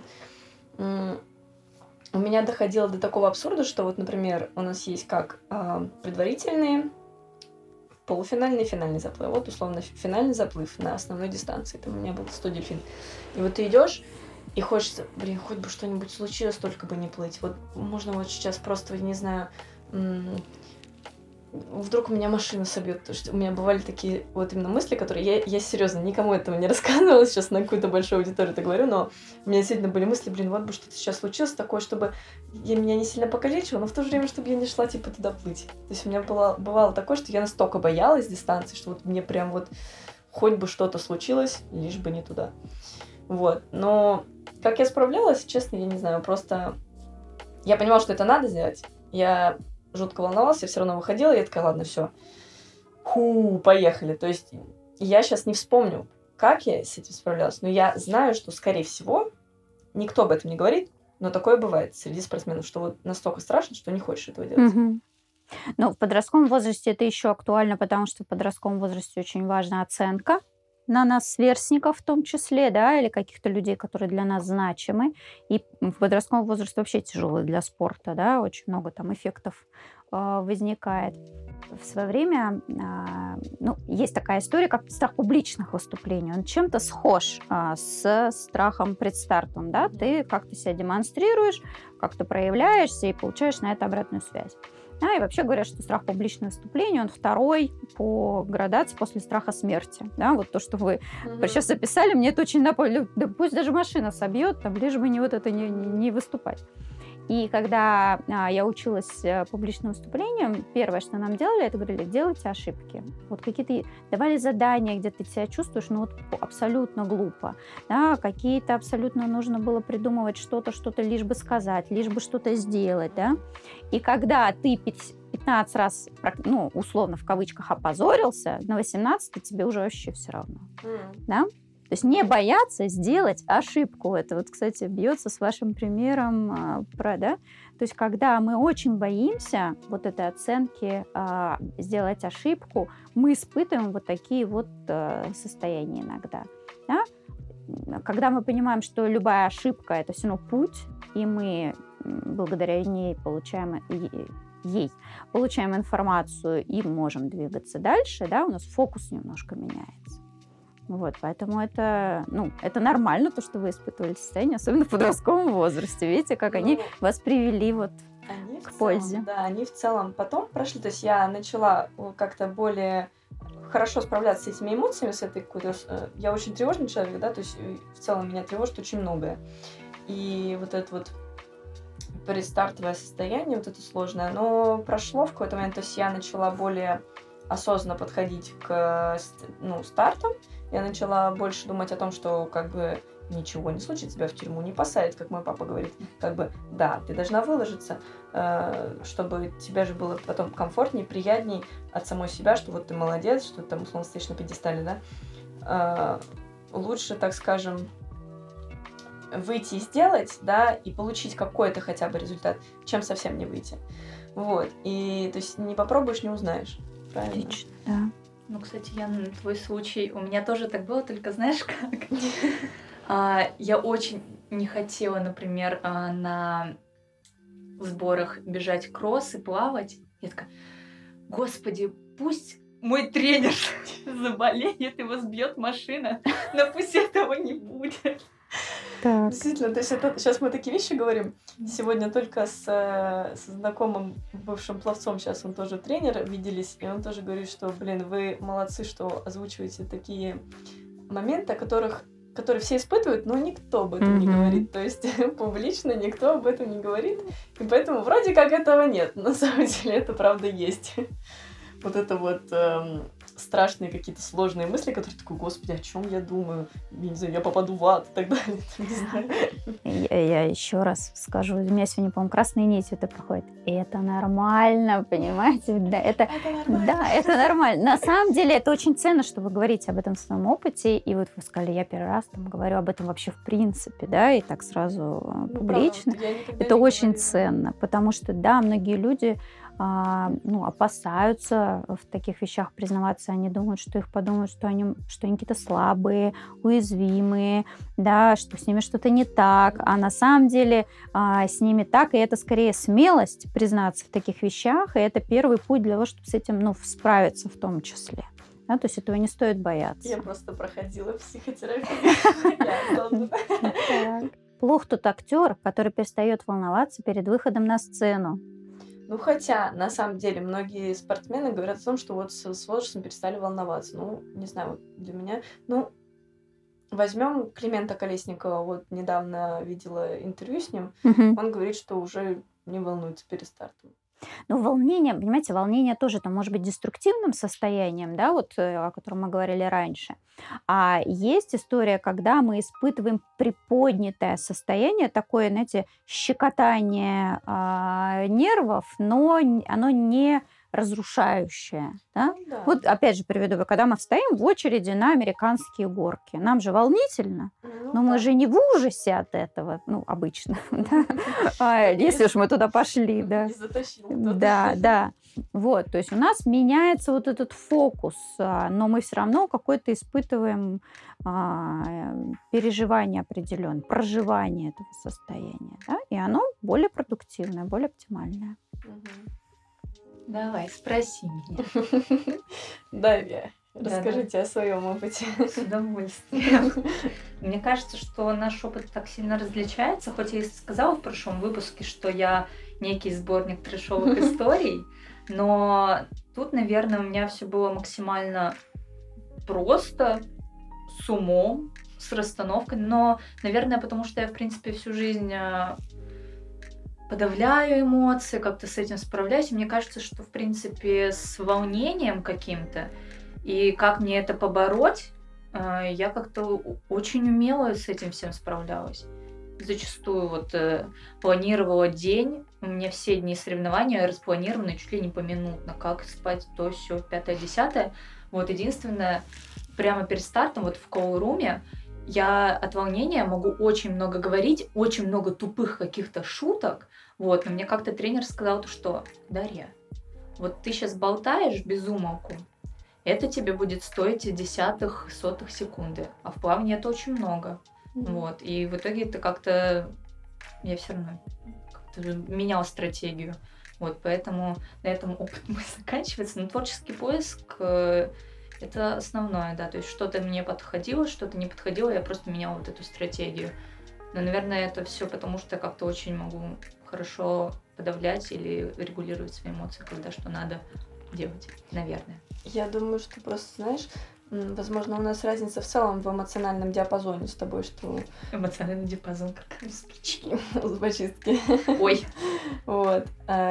У меня доходило до такого абсурда, что вот, например, у нас есть как э, предварительные, полуфинальный и финальный заплыв. Вот, условно, финальный заплыв на основной дистанции. Там у меня был сто дельфин. И вот ты идешь, и хочется, блин, хоть бы что-нибудь случилось, только бы не плыть. Вот можно вот сейчас просто, не знаю, м- вдруг у меня машина собьет. Потому что у меня бывали такие вот именно мысли, которые... Я, я серьезно никому этого не рассказывала, сейчас на какую-то большую аудиторию это говорю, но у меня действительно были мысли, блин, вот бы что-то сейчас случилось такое, чтобы я меня не сильно покалечила, но в то же время, чтобы я не шла, типа, туда плыть. То есть у меня было, бывало такое, что я настолько боялась дистанции, что вот мне прям вот хоть бы что-то случилось, лишь бы не туда. Вот. Но как я справлялась, честно, я не знаю, просто... Я понимала, что это надо сделать. Я... жутко волновалась, я все равно выходила, и я такая, ладно, все, ху, поехали. То есть я сейчас не вспомню, как я с этим справлялась, но я знаю, что, скорее всего, никто об этом не говорит, но такое бывает среди спортсменов, что вот настолько страшно, что не хочешь этого делать. Угу. Ну, в подростковом возрасте это еще актуально, потому что в подростковом возрасте очень важна оценка на нас, сверстников в том числе, да, или каких-то людей, которые для нас значимы. И в подростковом возрасте вообще тяжелый для спорта, да, очень много там эффектов э, возникает. В свое время, э, ну, есть такая история, как страх публичных выступлений. Он чем-то схож э, с страхом предстартом, да? Ты как-то себя демонстрируешь, как-то проявляешься и получаешь на это обратную связь. Да, и вообще говорят, что страх публичного выступления, он второй по градации после страха смерти. Да, вот то, что вы угу. сейчас описали, мне это очень напомнило. Да пусть даже машина собьет, там, лишь бы не вот это не, не, не выступать. И когда а, я училась публичным выступлениям, первое, что нам делали, это говорили, делайте ошибки. Вот какие-то давали задания, где ты себя чувствуешь, ну вот абсолютно глупо. Да, какие-то абсолютно нужно было придумывать что-то, что-то лишь бы сказать, лишь бы что-то сделать. Да? И когда ты пятнадцать раз, ну, условно, в кавычках, опозорился, на восемнадцатый тебе уже вообще все равно. Mm. Да? То есть не бояться сделать ошибку. Это вот, кстати, бьется с вашим примером, про, да? То есть когда мы очень боимся вот этой оценки, а, сделать ошибку, мы испытываем вот такие вот а, состояния иногда. Да? Когда мы понимаем, что любая ошибка – это все равно путь, и мы благодаря ней получаем ей получаем информацию и можем двигаться дальше, да, у нас фокус немножко меняется. Вот, поэтому это, ну, это нормально, то, что вы испытывали состояние, особенно в подростковом возрасте. Видите, как ну, они вас привели вот они к в пользе. Целом, да, они в целом потом прошли. То есть я начала как-то более хорошо справляться с этими эмоциями, с этой какой-то... Я очень тревожный человек, да, то есть в целом меня тревожит очень многое. И вот это вот предстартовое состояние, вот это сложное, оно прошло в какой-то момент. То есть я начала более осознанно подходить к, ну, стартам. Я начала больше думать о том, что как бы ничего не случится, тебя в тюрьму не посадят, как мой папа говорит. Как бы, да, ты должна выложиться, чтобы тебе же было потом комфортнее, приятней от самой себя, что вот ты молодец, что ты там условно стоишь на пьедестале, да. Лучше, так скажем, выйти и сделать, да, и получить какой-то хотя бы результат, чем совсем не выйти. Вот. И, то есть, не попробуешь, не узнаешь. Правильно? Отлично, да. Ну, кстати, Яна, твой случай, у меня тоже так было, только знаешь как? а, я очень не хотела, например, а, на сборах бежать кросс и плавать. Я такая, господи, пусть мой тренер заболеет, его сбьет машина, но пусть этого не будет. Так. Действительно, то есть это, сейчас мы такие вещи говорим. Сегодня только с, со знакомым бывшим пловцом, сейчас он тоже тренер, виделись, и он тоже говорит, что, блин, вы молодцы, что озвучиваете такие моменты, о которых, которые все испытывают, но никто об этом mm-hmm. не говорит. То есть публично никто об этом не говорит, и поэтому вроде как этого нет. На самом деле это правда есть. Вот это вот... Эм, страшные какие-то сложные мысли, которые такой, господи, о чем я думаю? Я не знаю, я попаду в ад и так далее. Не знаю. Я, я еще раз скажу, у меня сегодня, по-моему, красной нитью это проходит. Это нормально, понимаете? Да, это, это нормально. Да, это нормально. На самом деле это очень ценно, что вы говорите об этом в своем опыте. И вот вы сказали, я первый раз там говорю об этом вообще в принципе, да, и так сразу ну, публично. Правда, это очень говорю. Ценно, потому что, да, многие люди а, ну, опасаются в таких вещах признаваться. Они думают, что их подумают, что они, что они какие-то слабые, уязвимые, да, что с ними что-то не так. А на самом деле а, с ними так, и это скорее смелость признаться в таких вещах, и это первый путь для того, чтобы с этим, ну, справиться в том числе. Да, то есть этого не стоит бояться. Я просто проходила психотерапию. Плох тот актер, который перестает волноваться перед выходом на сцену. Ну, хотя, на самом деле, многие спортсмены говорят о том, что вот с, с возрастом перестали волноваться. Ну, не знаю, вот для меня... Ну, возьмем Климента Колесникова. Вот недавно видела интервью с ним. Uh-huh. Он говорит, что уже не волнуется перед стартом. Ну, волнение, понимаете, волнение тоже там может быть деструктивным состоянием, да, вот о котором мы говорили раньше. А есть история, когда мы испытываем приподнятое состояние, такое, знаете, щекотание э, нервов, но оно не разрушающее. Да? Ну, да. Вот опять же приведу, когда мы стоим в очереди на американские горки. Нам же волнительно, ну, но да. мы же не в ужасе от этого, ну, обычно. Если уж мы туда пошли. Да, да. Вот, то есть у нас меняется вот этот фокус, но мы все равно какое-то испытываем переживание определенное, проживание этого состояния. И оно более продуктивное, более оптимальное. Давай, спроси меня. Давай, Да, расскажите о своем опыте. С удовольствием. Мне кажется, что наш опыт так сильно различается, хоть я и сказала в прошлом выпуске, что я некий сборник трэшовых историй, но тут, наверное, у меня все было максимально просто, с умом, с расстановкой, но, наверное, потому что я, в принципе, всю жизнь подавляю эмоции, как-то с этим справляюсь. И мне кажется, что, в принципе, с волнением каким-то и как мне это побороть, я как-то очень умело с этим всем справлялась. Зачастую вот э, планировала день, у меня все дни соревнования распланированы чуть ли не поминутно, как спать, то, все, пятое, десятое. Вот единственное, прямо перед стартом, вот в колл-руме, я от волнения могу очень много говорить, очень много тупых каких-то шуток, вот, но мне как-то тренер сказал, что Дарья, вот ты сейчас болтаешь без умолку, это тебе будет стоить десятых, сотых секунды, а в плавании это очень много. Вот, и в итоге это как-то, я все равно как-то меняла стратегию. Вот, поэтому на этом опыт мой заканчивается. Но творческий поиск э, это основное, да, то есть что-то мне подходило, что-то не подходило, я просто меняла вот эту стратегию. Но, наверное, это все потому, что я как-то очень могу хорошо подавлять или регулировать свои эмоции, когда что надо делать, наверное. Я думаю, что просто, знаешь, возможно, у нас разница в целом в эмоциональном диапазоне с тобой, что... Эмоциональный диапазон, как зубочистки. Зубочистки. Ой. Вот.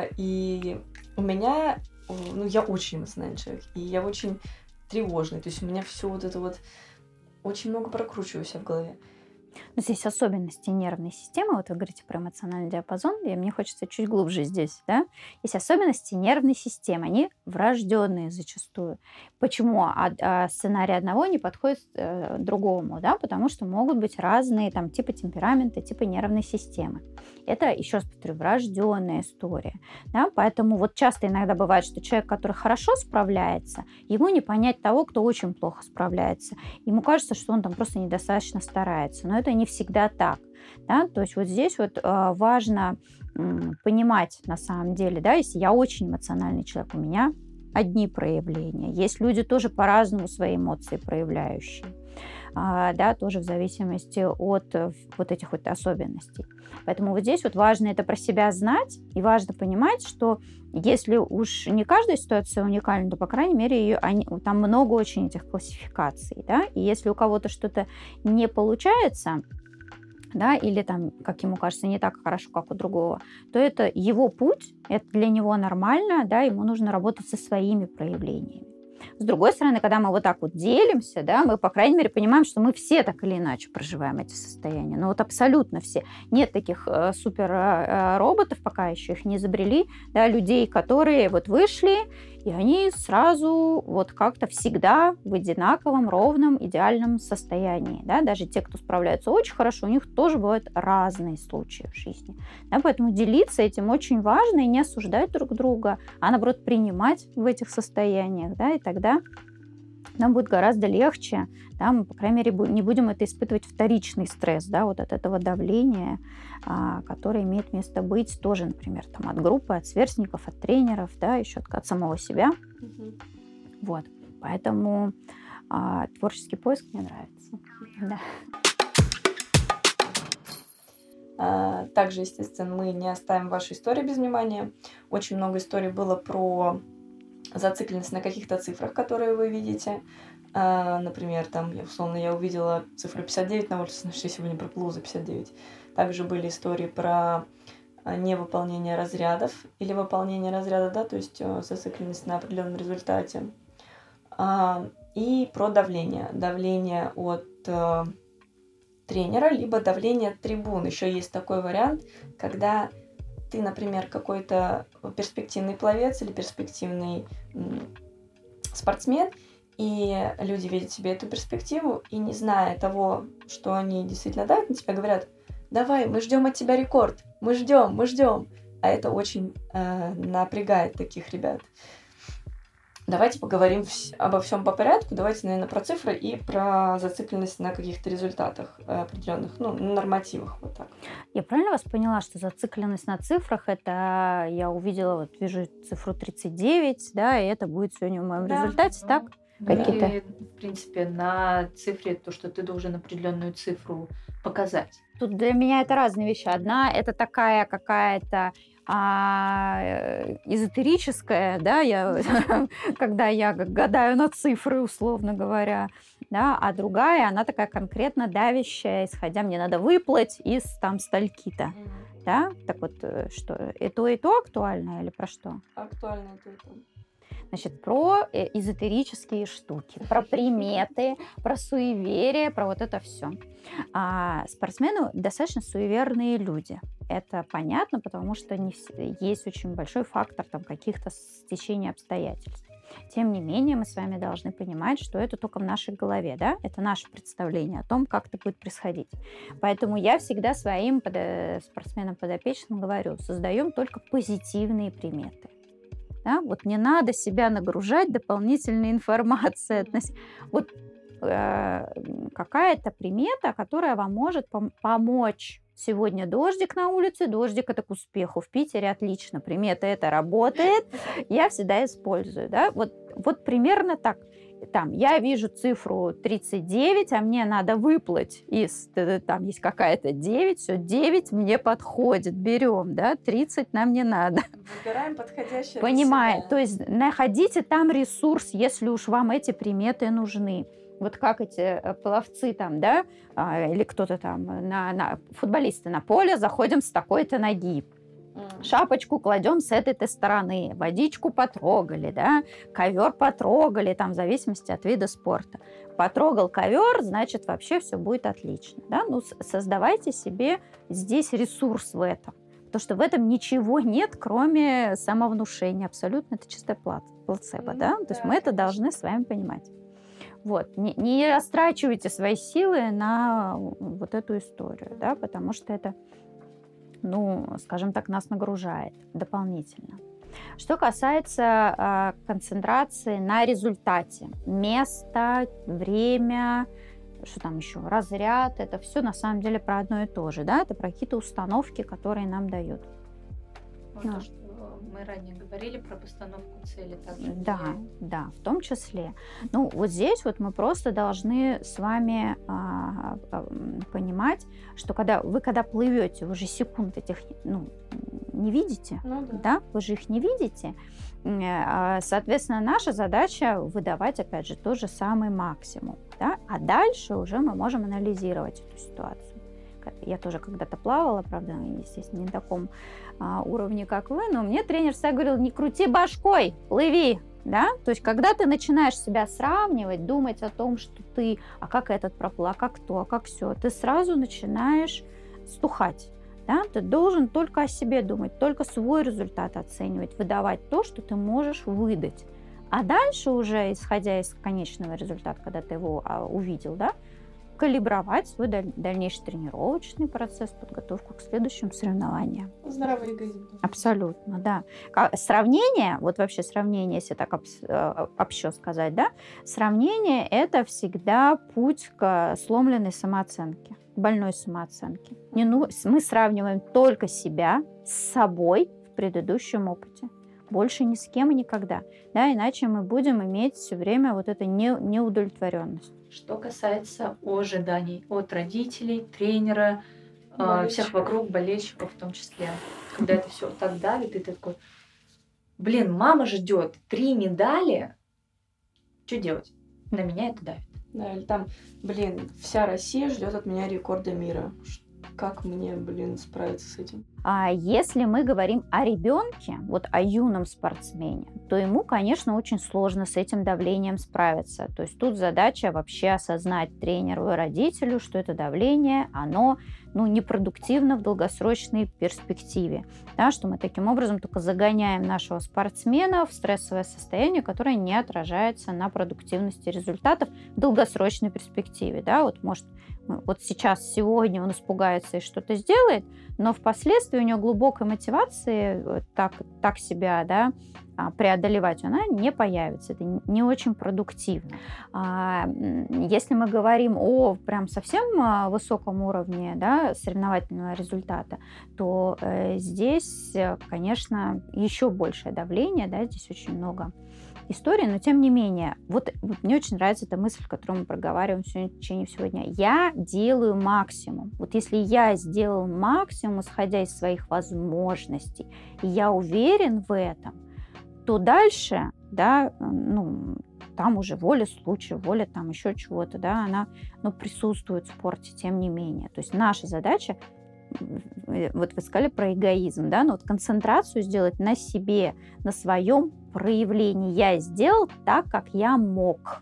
И у меня... Ну, я очень эмоциональный человек, и я очень тревожный. То есть у меня все вот это вот... Очень много прокручиваю себя в голове. Но здесь особенности нервной системы. Вот вы говорите про эмоциональный диапазон, и мне хочется чуть глубже здесь, да. Есть особенности нервной системы. Они врожденные зачастую. Почему а, а сценарий одного не подходит э, другому, да? Потому что могут быть разные там типы темперамента, типы нервной системы. Это, еще раз повторю, врожденная история. Да? Поэтому вот часто иногда бывает, что человек, который хорошо справляется, ему не понять того, кто очень плохо справляется. Ему кажется, что он там просто недостаточно старается. Но это не всегда так. Да? То есть вот здесь вот э, важно э, понимать на самом деле, да, если я очень эмоциональный человек, у меня одни проявления. Есть люди тоже по-разному свои эмоции проявляющие. А, да, тоже в зависимости от вот этих вот особенностей. Поэтому вот здесь вот важно это про себя знать, и важно понимать, что если уж не каждая ситуация уникальна, то, по крайней мере, ее, они, там много очень этих классификаций, да, и если у кого-то что-то не получается, да, или там, как ему кажется, не так хорошо, как у другого, то это его путь, это для него нормально, да, ему нужно работать со своими проявлениями. С другой стороны, когда мы вот так вот делимся, да, мы, по крайней мере, понимаем, что мы все так или иначе проживаем эти состояния. Ну вот абсолютно все. Нет таких э, супер-роботов, пока еще их не изобрели, да, людей, которые вот вышли, и они сразу вот как-то всегда в одинаковом, ровном, идеальном состоянии. Да? Даже те, кто справляются очень хорошо, у них тоже бывают разные случаи в жизни. Да? Поэтому делиться этим очень важно и не осуждать друг друга, а наоборот принимать в этих состояниях. Да? И тогда нам будет гораздо легче, да, мы, по крайней мере, не будем это испытывать вторичный стресс, да, вот от этого давления, а, которое имеет место быть тоже, например, там, от группы, от сверстников, от тренеров, да, еще от, от самого себя. Mm-hmm. Вот. Поэтому а, творческий поиск мне нравится. Да. А, также, естественно, мы не оставим ваши истории без внимания. Очень много историй было про зацикленность на каких-то цифрах, которые вы видите. А, например, там, я, условно, я увидела цифру пятьдесят девять на улице, значит, я сегодня проплыла за пятьдесят девять. Также были истории про невыполнение разрядов или выполнение разряда, да, то есть зацикленность на определенном результате. А, и про давление. Давление от э, тренера, либо давление от трибун. Еще есть такой вариант, когда ты, например, какой-то перспективный пловец или перспективный м, спортсмен, и люди видят себе эту перспективу, и не зная того, что они действительно давят на тебя, говорят: давай, мы ждем от тебя рекорд, мы ждем, мы ждем. А это очень э, напрягает таких ребят. Давайте поговорим вс- обо всем по порядку. Давайте, наверное, про цифры и про зацикленность на каких-то результатах э, определенных, ну, на нормативах, вот так. Я правильно вас поняла, что зацикленность на цифрах, это я увидела, вот вижу цифру тридцать девять, да, и это будет сегодня в моем Да. результате, так? Какие-то- Или, в принципе, на цифре то, что ты должен определенную цифру показать. Тут для меня это разные вещи. Одна это такая какая-то а, э, эзотерическая, да, я, когда я г- гадаю на цифры, условно говоря, да, а другая, она такая конкретно давящая, исходя, мне надо выплыть из там стальки-то, да, так вот, э, что, и то, и то актуально или про что? Актуально это. Значит, про э, эзотерические штуки, про приметы, про суеверие, про вот это все. А спортсмены достаточно суеверные люди. Это понятно, потому что не вс- есть очень большой фактор там, каких-то стечений обстоятельств. Тем не менее, мы с вами должны понимать, что это только в нашей голове, да? Это наше представление о том, как это будет происходить. Поэтому я всегда своим подо- спортсменам подопечным говорю, создаем только позитивные приметы. Да? Вот не надо себя нагружать дополнительной информацией. относ- Вот э, какая-то примета, которая вам может пом- помочь. Сегодня дождик на улице, дождик это к успеху. В Питере отлично, примета это работает, я всегда использую. Да? Вот, вот примерно так. Там, я вижу цифру тридцать девять, а мне надо выплыть из, т- там есть какая-то девять, все, девять мне подходит, берем, да, тридцать нам не надо. Выбираем подходящее. Понимаю, то есть находите там ресурс, если уж вам эти приметы нужны. Вот как эти э, пловцы там, да, а, или кто-то там, на, на- футболисты на поле, заходим с такой-то ноги. Шапочку кладем с этой-то стороны, водичку потрогали, да, ковер потрогали, там, в зависимости от вида спорта. Потрогал ковер, значит, вообще все будет отлично. Да? Ну, с- создавайте себе здесь ресурс в этом. Потому что в этом ничего нет, кроме самовнушения. Абсолютно это чистая пла- плацебо. Ну Да? То есть да, мы это конечно. должны с вами понимать. Вот. Не, не растрачивайте свои силы на вот эту историю, да? Потому что это, ну, скажем так, нас нагружает дополнительно. Что касается а, концентрации на результате, место, время, что там еще, разряд, это все на самом деле про одно и то же, да, это про какие-то установки, которые нам дают. Вот Да. то, что мы ранее говорили про постановку цели. Также Да, влияет. да, в том числе. Ну, вот здесь вот мы просто должны с вами а, а, м, понимать, что когда вы когда плывете, вы же секунд этих, ну, не видите, Ну да. да, вы же их не видите. М, а, Соответственно, наша задача выдавать, опять же, тот же самый максимум, да, а дальше уже мы можем анализировать эту ситуацию. Как- Я тоже когда-то плавала, правда, естественно, не на таком а, уровне, как вы, но мне тренер всегда говорил, не крути башкой, плыви, да, то есть когда ты начинаешь себя сравнивать, думать о том, что ты, а как этот проплыл, а как то, а как все, ты сразу начинаешь стухать. Да? Ты должен только о себе думать, только свой результат оценивать, выдавать то, что ты можешь выдать. А дальше уже, исходя из конечного результата, когда ты его а, увидел, да, калибровать свой даль- дальнейший тренировочный процесс, подготовку к следующим соревнованиям. Здравый эгоизм. Абсолютно, да. Ка- Сравнение, вот вообще сравнение, если так обс- э, общо сказать, да, сравнение – это всегда путь к сломленной самооценке, к больной самооценке. Не ну, с- мы сравниваем только себя с собой в предыдущем опыте. Больше ни с кем и никогда. Да, иначе мы будем иметь все время вот эту не- неудовлетворенность. Что касается ожиданий от родителей, тренера, э, всех Болельщиков. вокруг, болельщиков в том числе. Когда это все так давит, и ты такой, блин, мама ждет три медали, что делать? На меня это давит. Да, или там, блин, вся Россия ждет от меня рекорда мира. Ш- Как мне, блин, справиться с этим? А если мы говорим о ребенке, вот о юном спортсмене, то ему, конечно, очень сложно с этим давлением справиться. То есть тут задача вообще осознать тренеру и родителю, что это давление, оно ну, непродуктивно в долгосрочной перспективе. Да, что мы таким образом только загоняем нашего спортсмена в стрессовое состояние, которое не отражается на продуктивности результатов в долгосрочной перспективе. Да, вот может, вот сейчас, сегодня он испугается и что-то сделает, но впоследствии отсутствие у нее глубокой мотивации так, так себя, да, преодолевать, она не появится. Это не очень продуктивно. Если мы говорим о прям совсем высоком уровне, да, соревновательного результата, то здесь, конечно, еще большее давление, да, здесь очень много историй, но тем не менее, вот, вот мне очень нравится эта мысль, которую мы проговариваем сегодня, в течение всего дня. Я делаю максимум. Вот если я сделал максимум, исходя из своих возможностей, и я уверен в этом, то дальше, да, ну, там уже воля случая, воля там еще чего-то, да, она, ну, присутствует в спорте, тем не менее. То есть наша задача, вот вы сказали про эгоизм, да, но вот концентрацию сделать на себе, на своем проявлении. Я сделал так, как я мог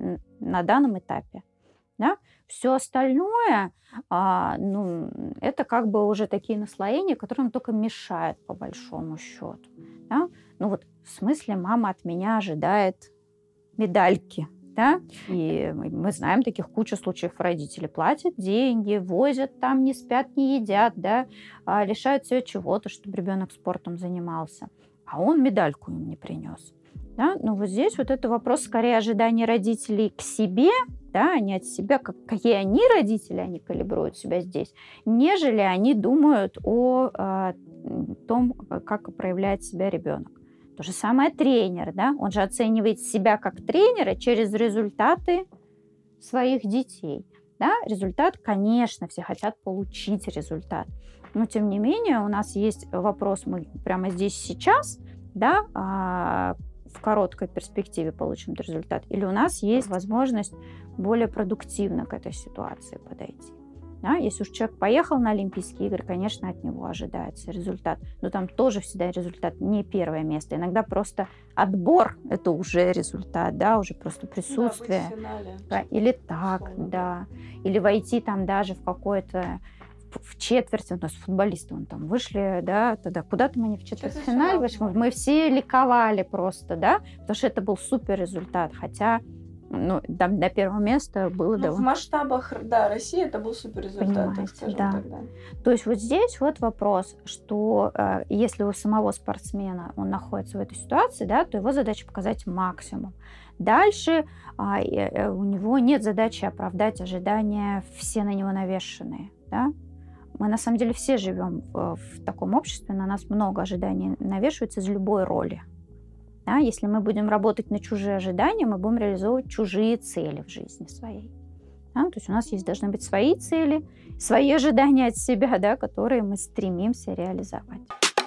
на данном этапе, да. Все остальное, а, ну, это как бы уже такие наслоения, которые нам только мешают, по большому счету, да. Ну вот в смысле мама от меня ожидает медальки, да, и мы знаем таких кучу случаев. Родители платят деньги, возят там, не спят, не едят, да, лишают себя чего-то, чтобы ребенок спортом занимался, а он медальку им не принес, да. Ну вот здесь вот это вопрос скорее ожидания родителей к себе, да, а не от себя, как, какие они родители, они калибруют себя здесь, нежели они думают о, о том, как проявляет себя ребенок. То же самое тренер, да, он же оценивает себя как тренера через результаты своих детей, да. Результат, конечно, все хотят получить результат, но тем не менее у нас есть вопрос, мы прямо здесь сейчас, да, а, в короткой перспективе получим этот результат, или у нас есть возможность более продуктивно к этой ситуации подойти. Да, если уж человек поехал на Олимпийские игры, конечно, от него ожидается результат. Но там тоже всегда результат не первое место. Иногда просто отбор – это уже результат, да, уже просто присутствие. Да, быть в финале. Да, или так, условно, да. Или войти там даже в какое-то в четверть, у нас футболисты вон там вышли, да, тогда куда-то мы не в четвертьфинале вышли, мы все ликовали просто, да, потому что это был супер результат, хотя ну, там до первого места было ну, довольно... В масштабах, да, России это был супер результат, так скажем, да. тогда. То есть вот здесь вот вопрос, что э, если у самого спортсмена он находится в этой ситуации, да, то его задача показать максимум. Дальше э, э, у него нет задачи оправдать ожидания все на него навешенные, да. Мы на самом деле все живем в, в таком обществе, на нас много ожиданий навешивается из любой роли. Да, если мы будем работать на чужие ожидания, мы будем реализовывать чужие цели в жизни своей. Да, то есть у нас есть, должны быть свои цели, свои ожидания от себя, да, которые мы стремимся реализовать.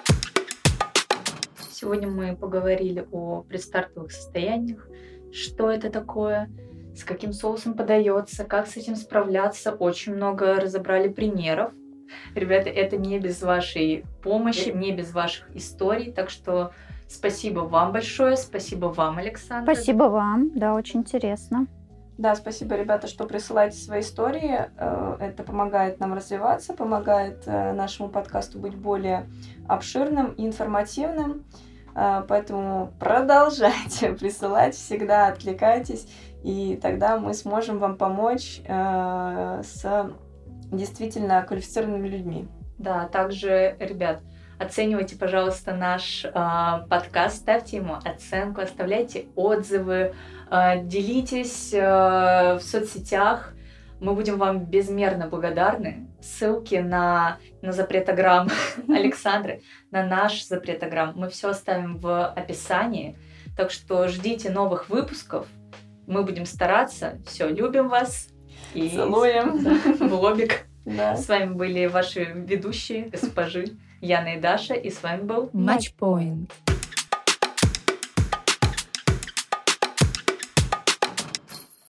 Сегодня мы поговорили о предстартовых состояниях, что это такое, с каким соусом подается, как с этим справляться. Очень много разобрали примеров. Ребята, это не без вашей помощи, не без ваших историй, так что спасибо вам большое, спасибо вам, Александра. Спасибо вам, да, очень интересно. Да, спасибо, ребята, что присылаете свои истории. Это помогает нам развиваться, помогает нашему подкасту быть более обширным и информативным. Поэтому продолжайте присылать, всегда откликайтесь, и тогда мы сможем вам помочь с действительно квалифицированными людьми. Да, также, ребят, оценивайте, пожалуйста, наш э, подкаст, ставьте ему оценку, оставляйте отзывы, э, делитесь э, в соцсетях. Мы будем вам безмерно благодарны. Ссылки на, на запретограмм Александры, на наш запретограмм мы все оставим в описании. Так что ждите новых выпусков. Мы будем стараться. Все, любим вас. И целуем. Да, в лобик. Да. С вами были ваши ведущие, госпожи Яна и Даша, и с вами был Матчпоинт.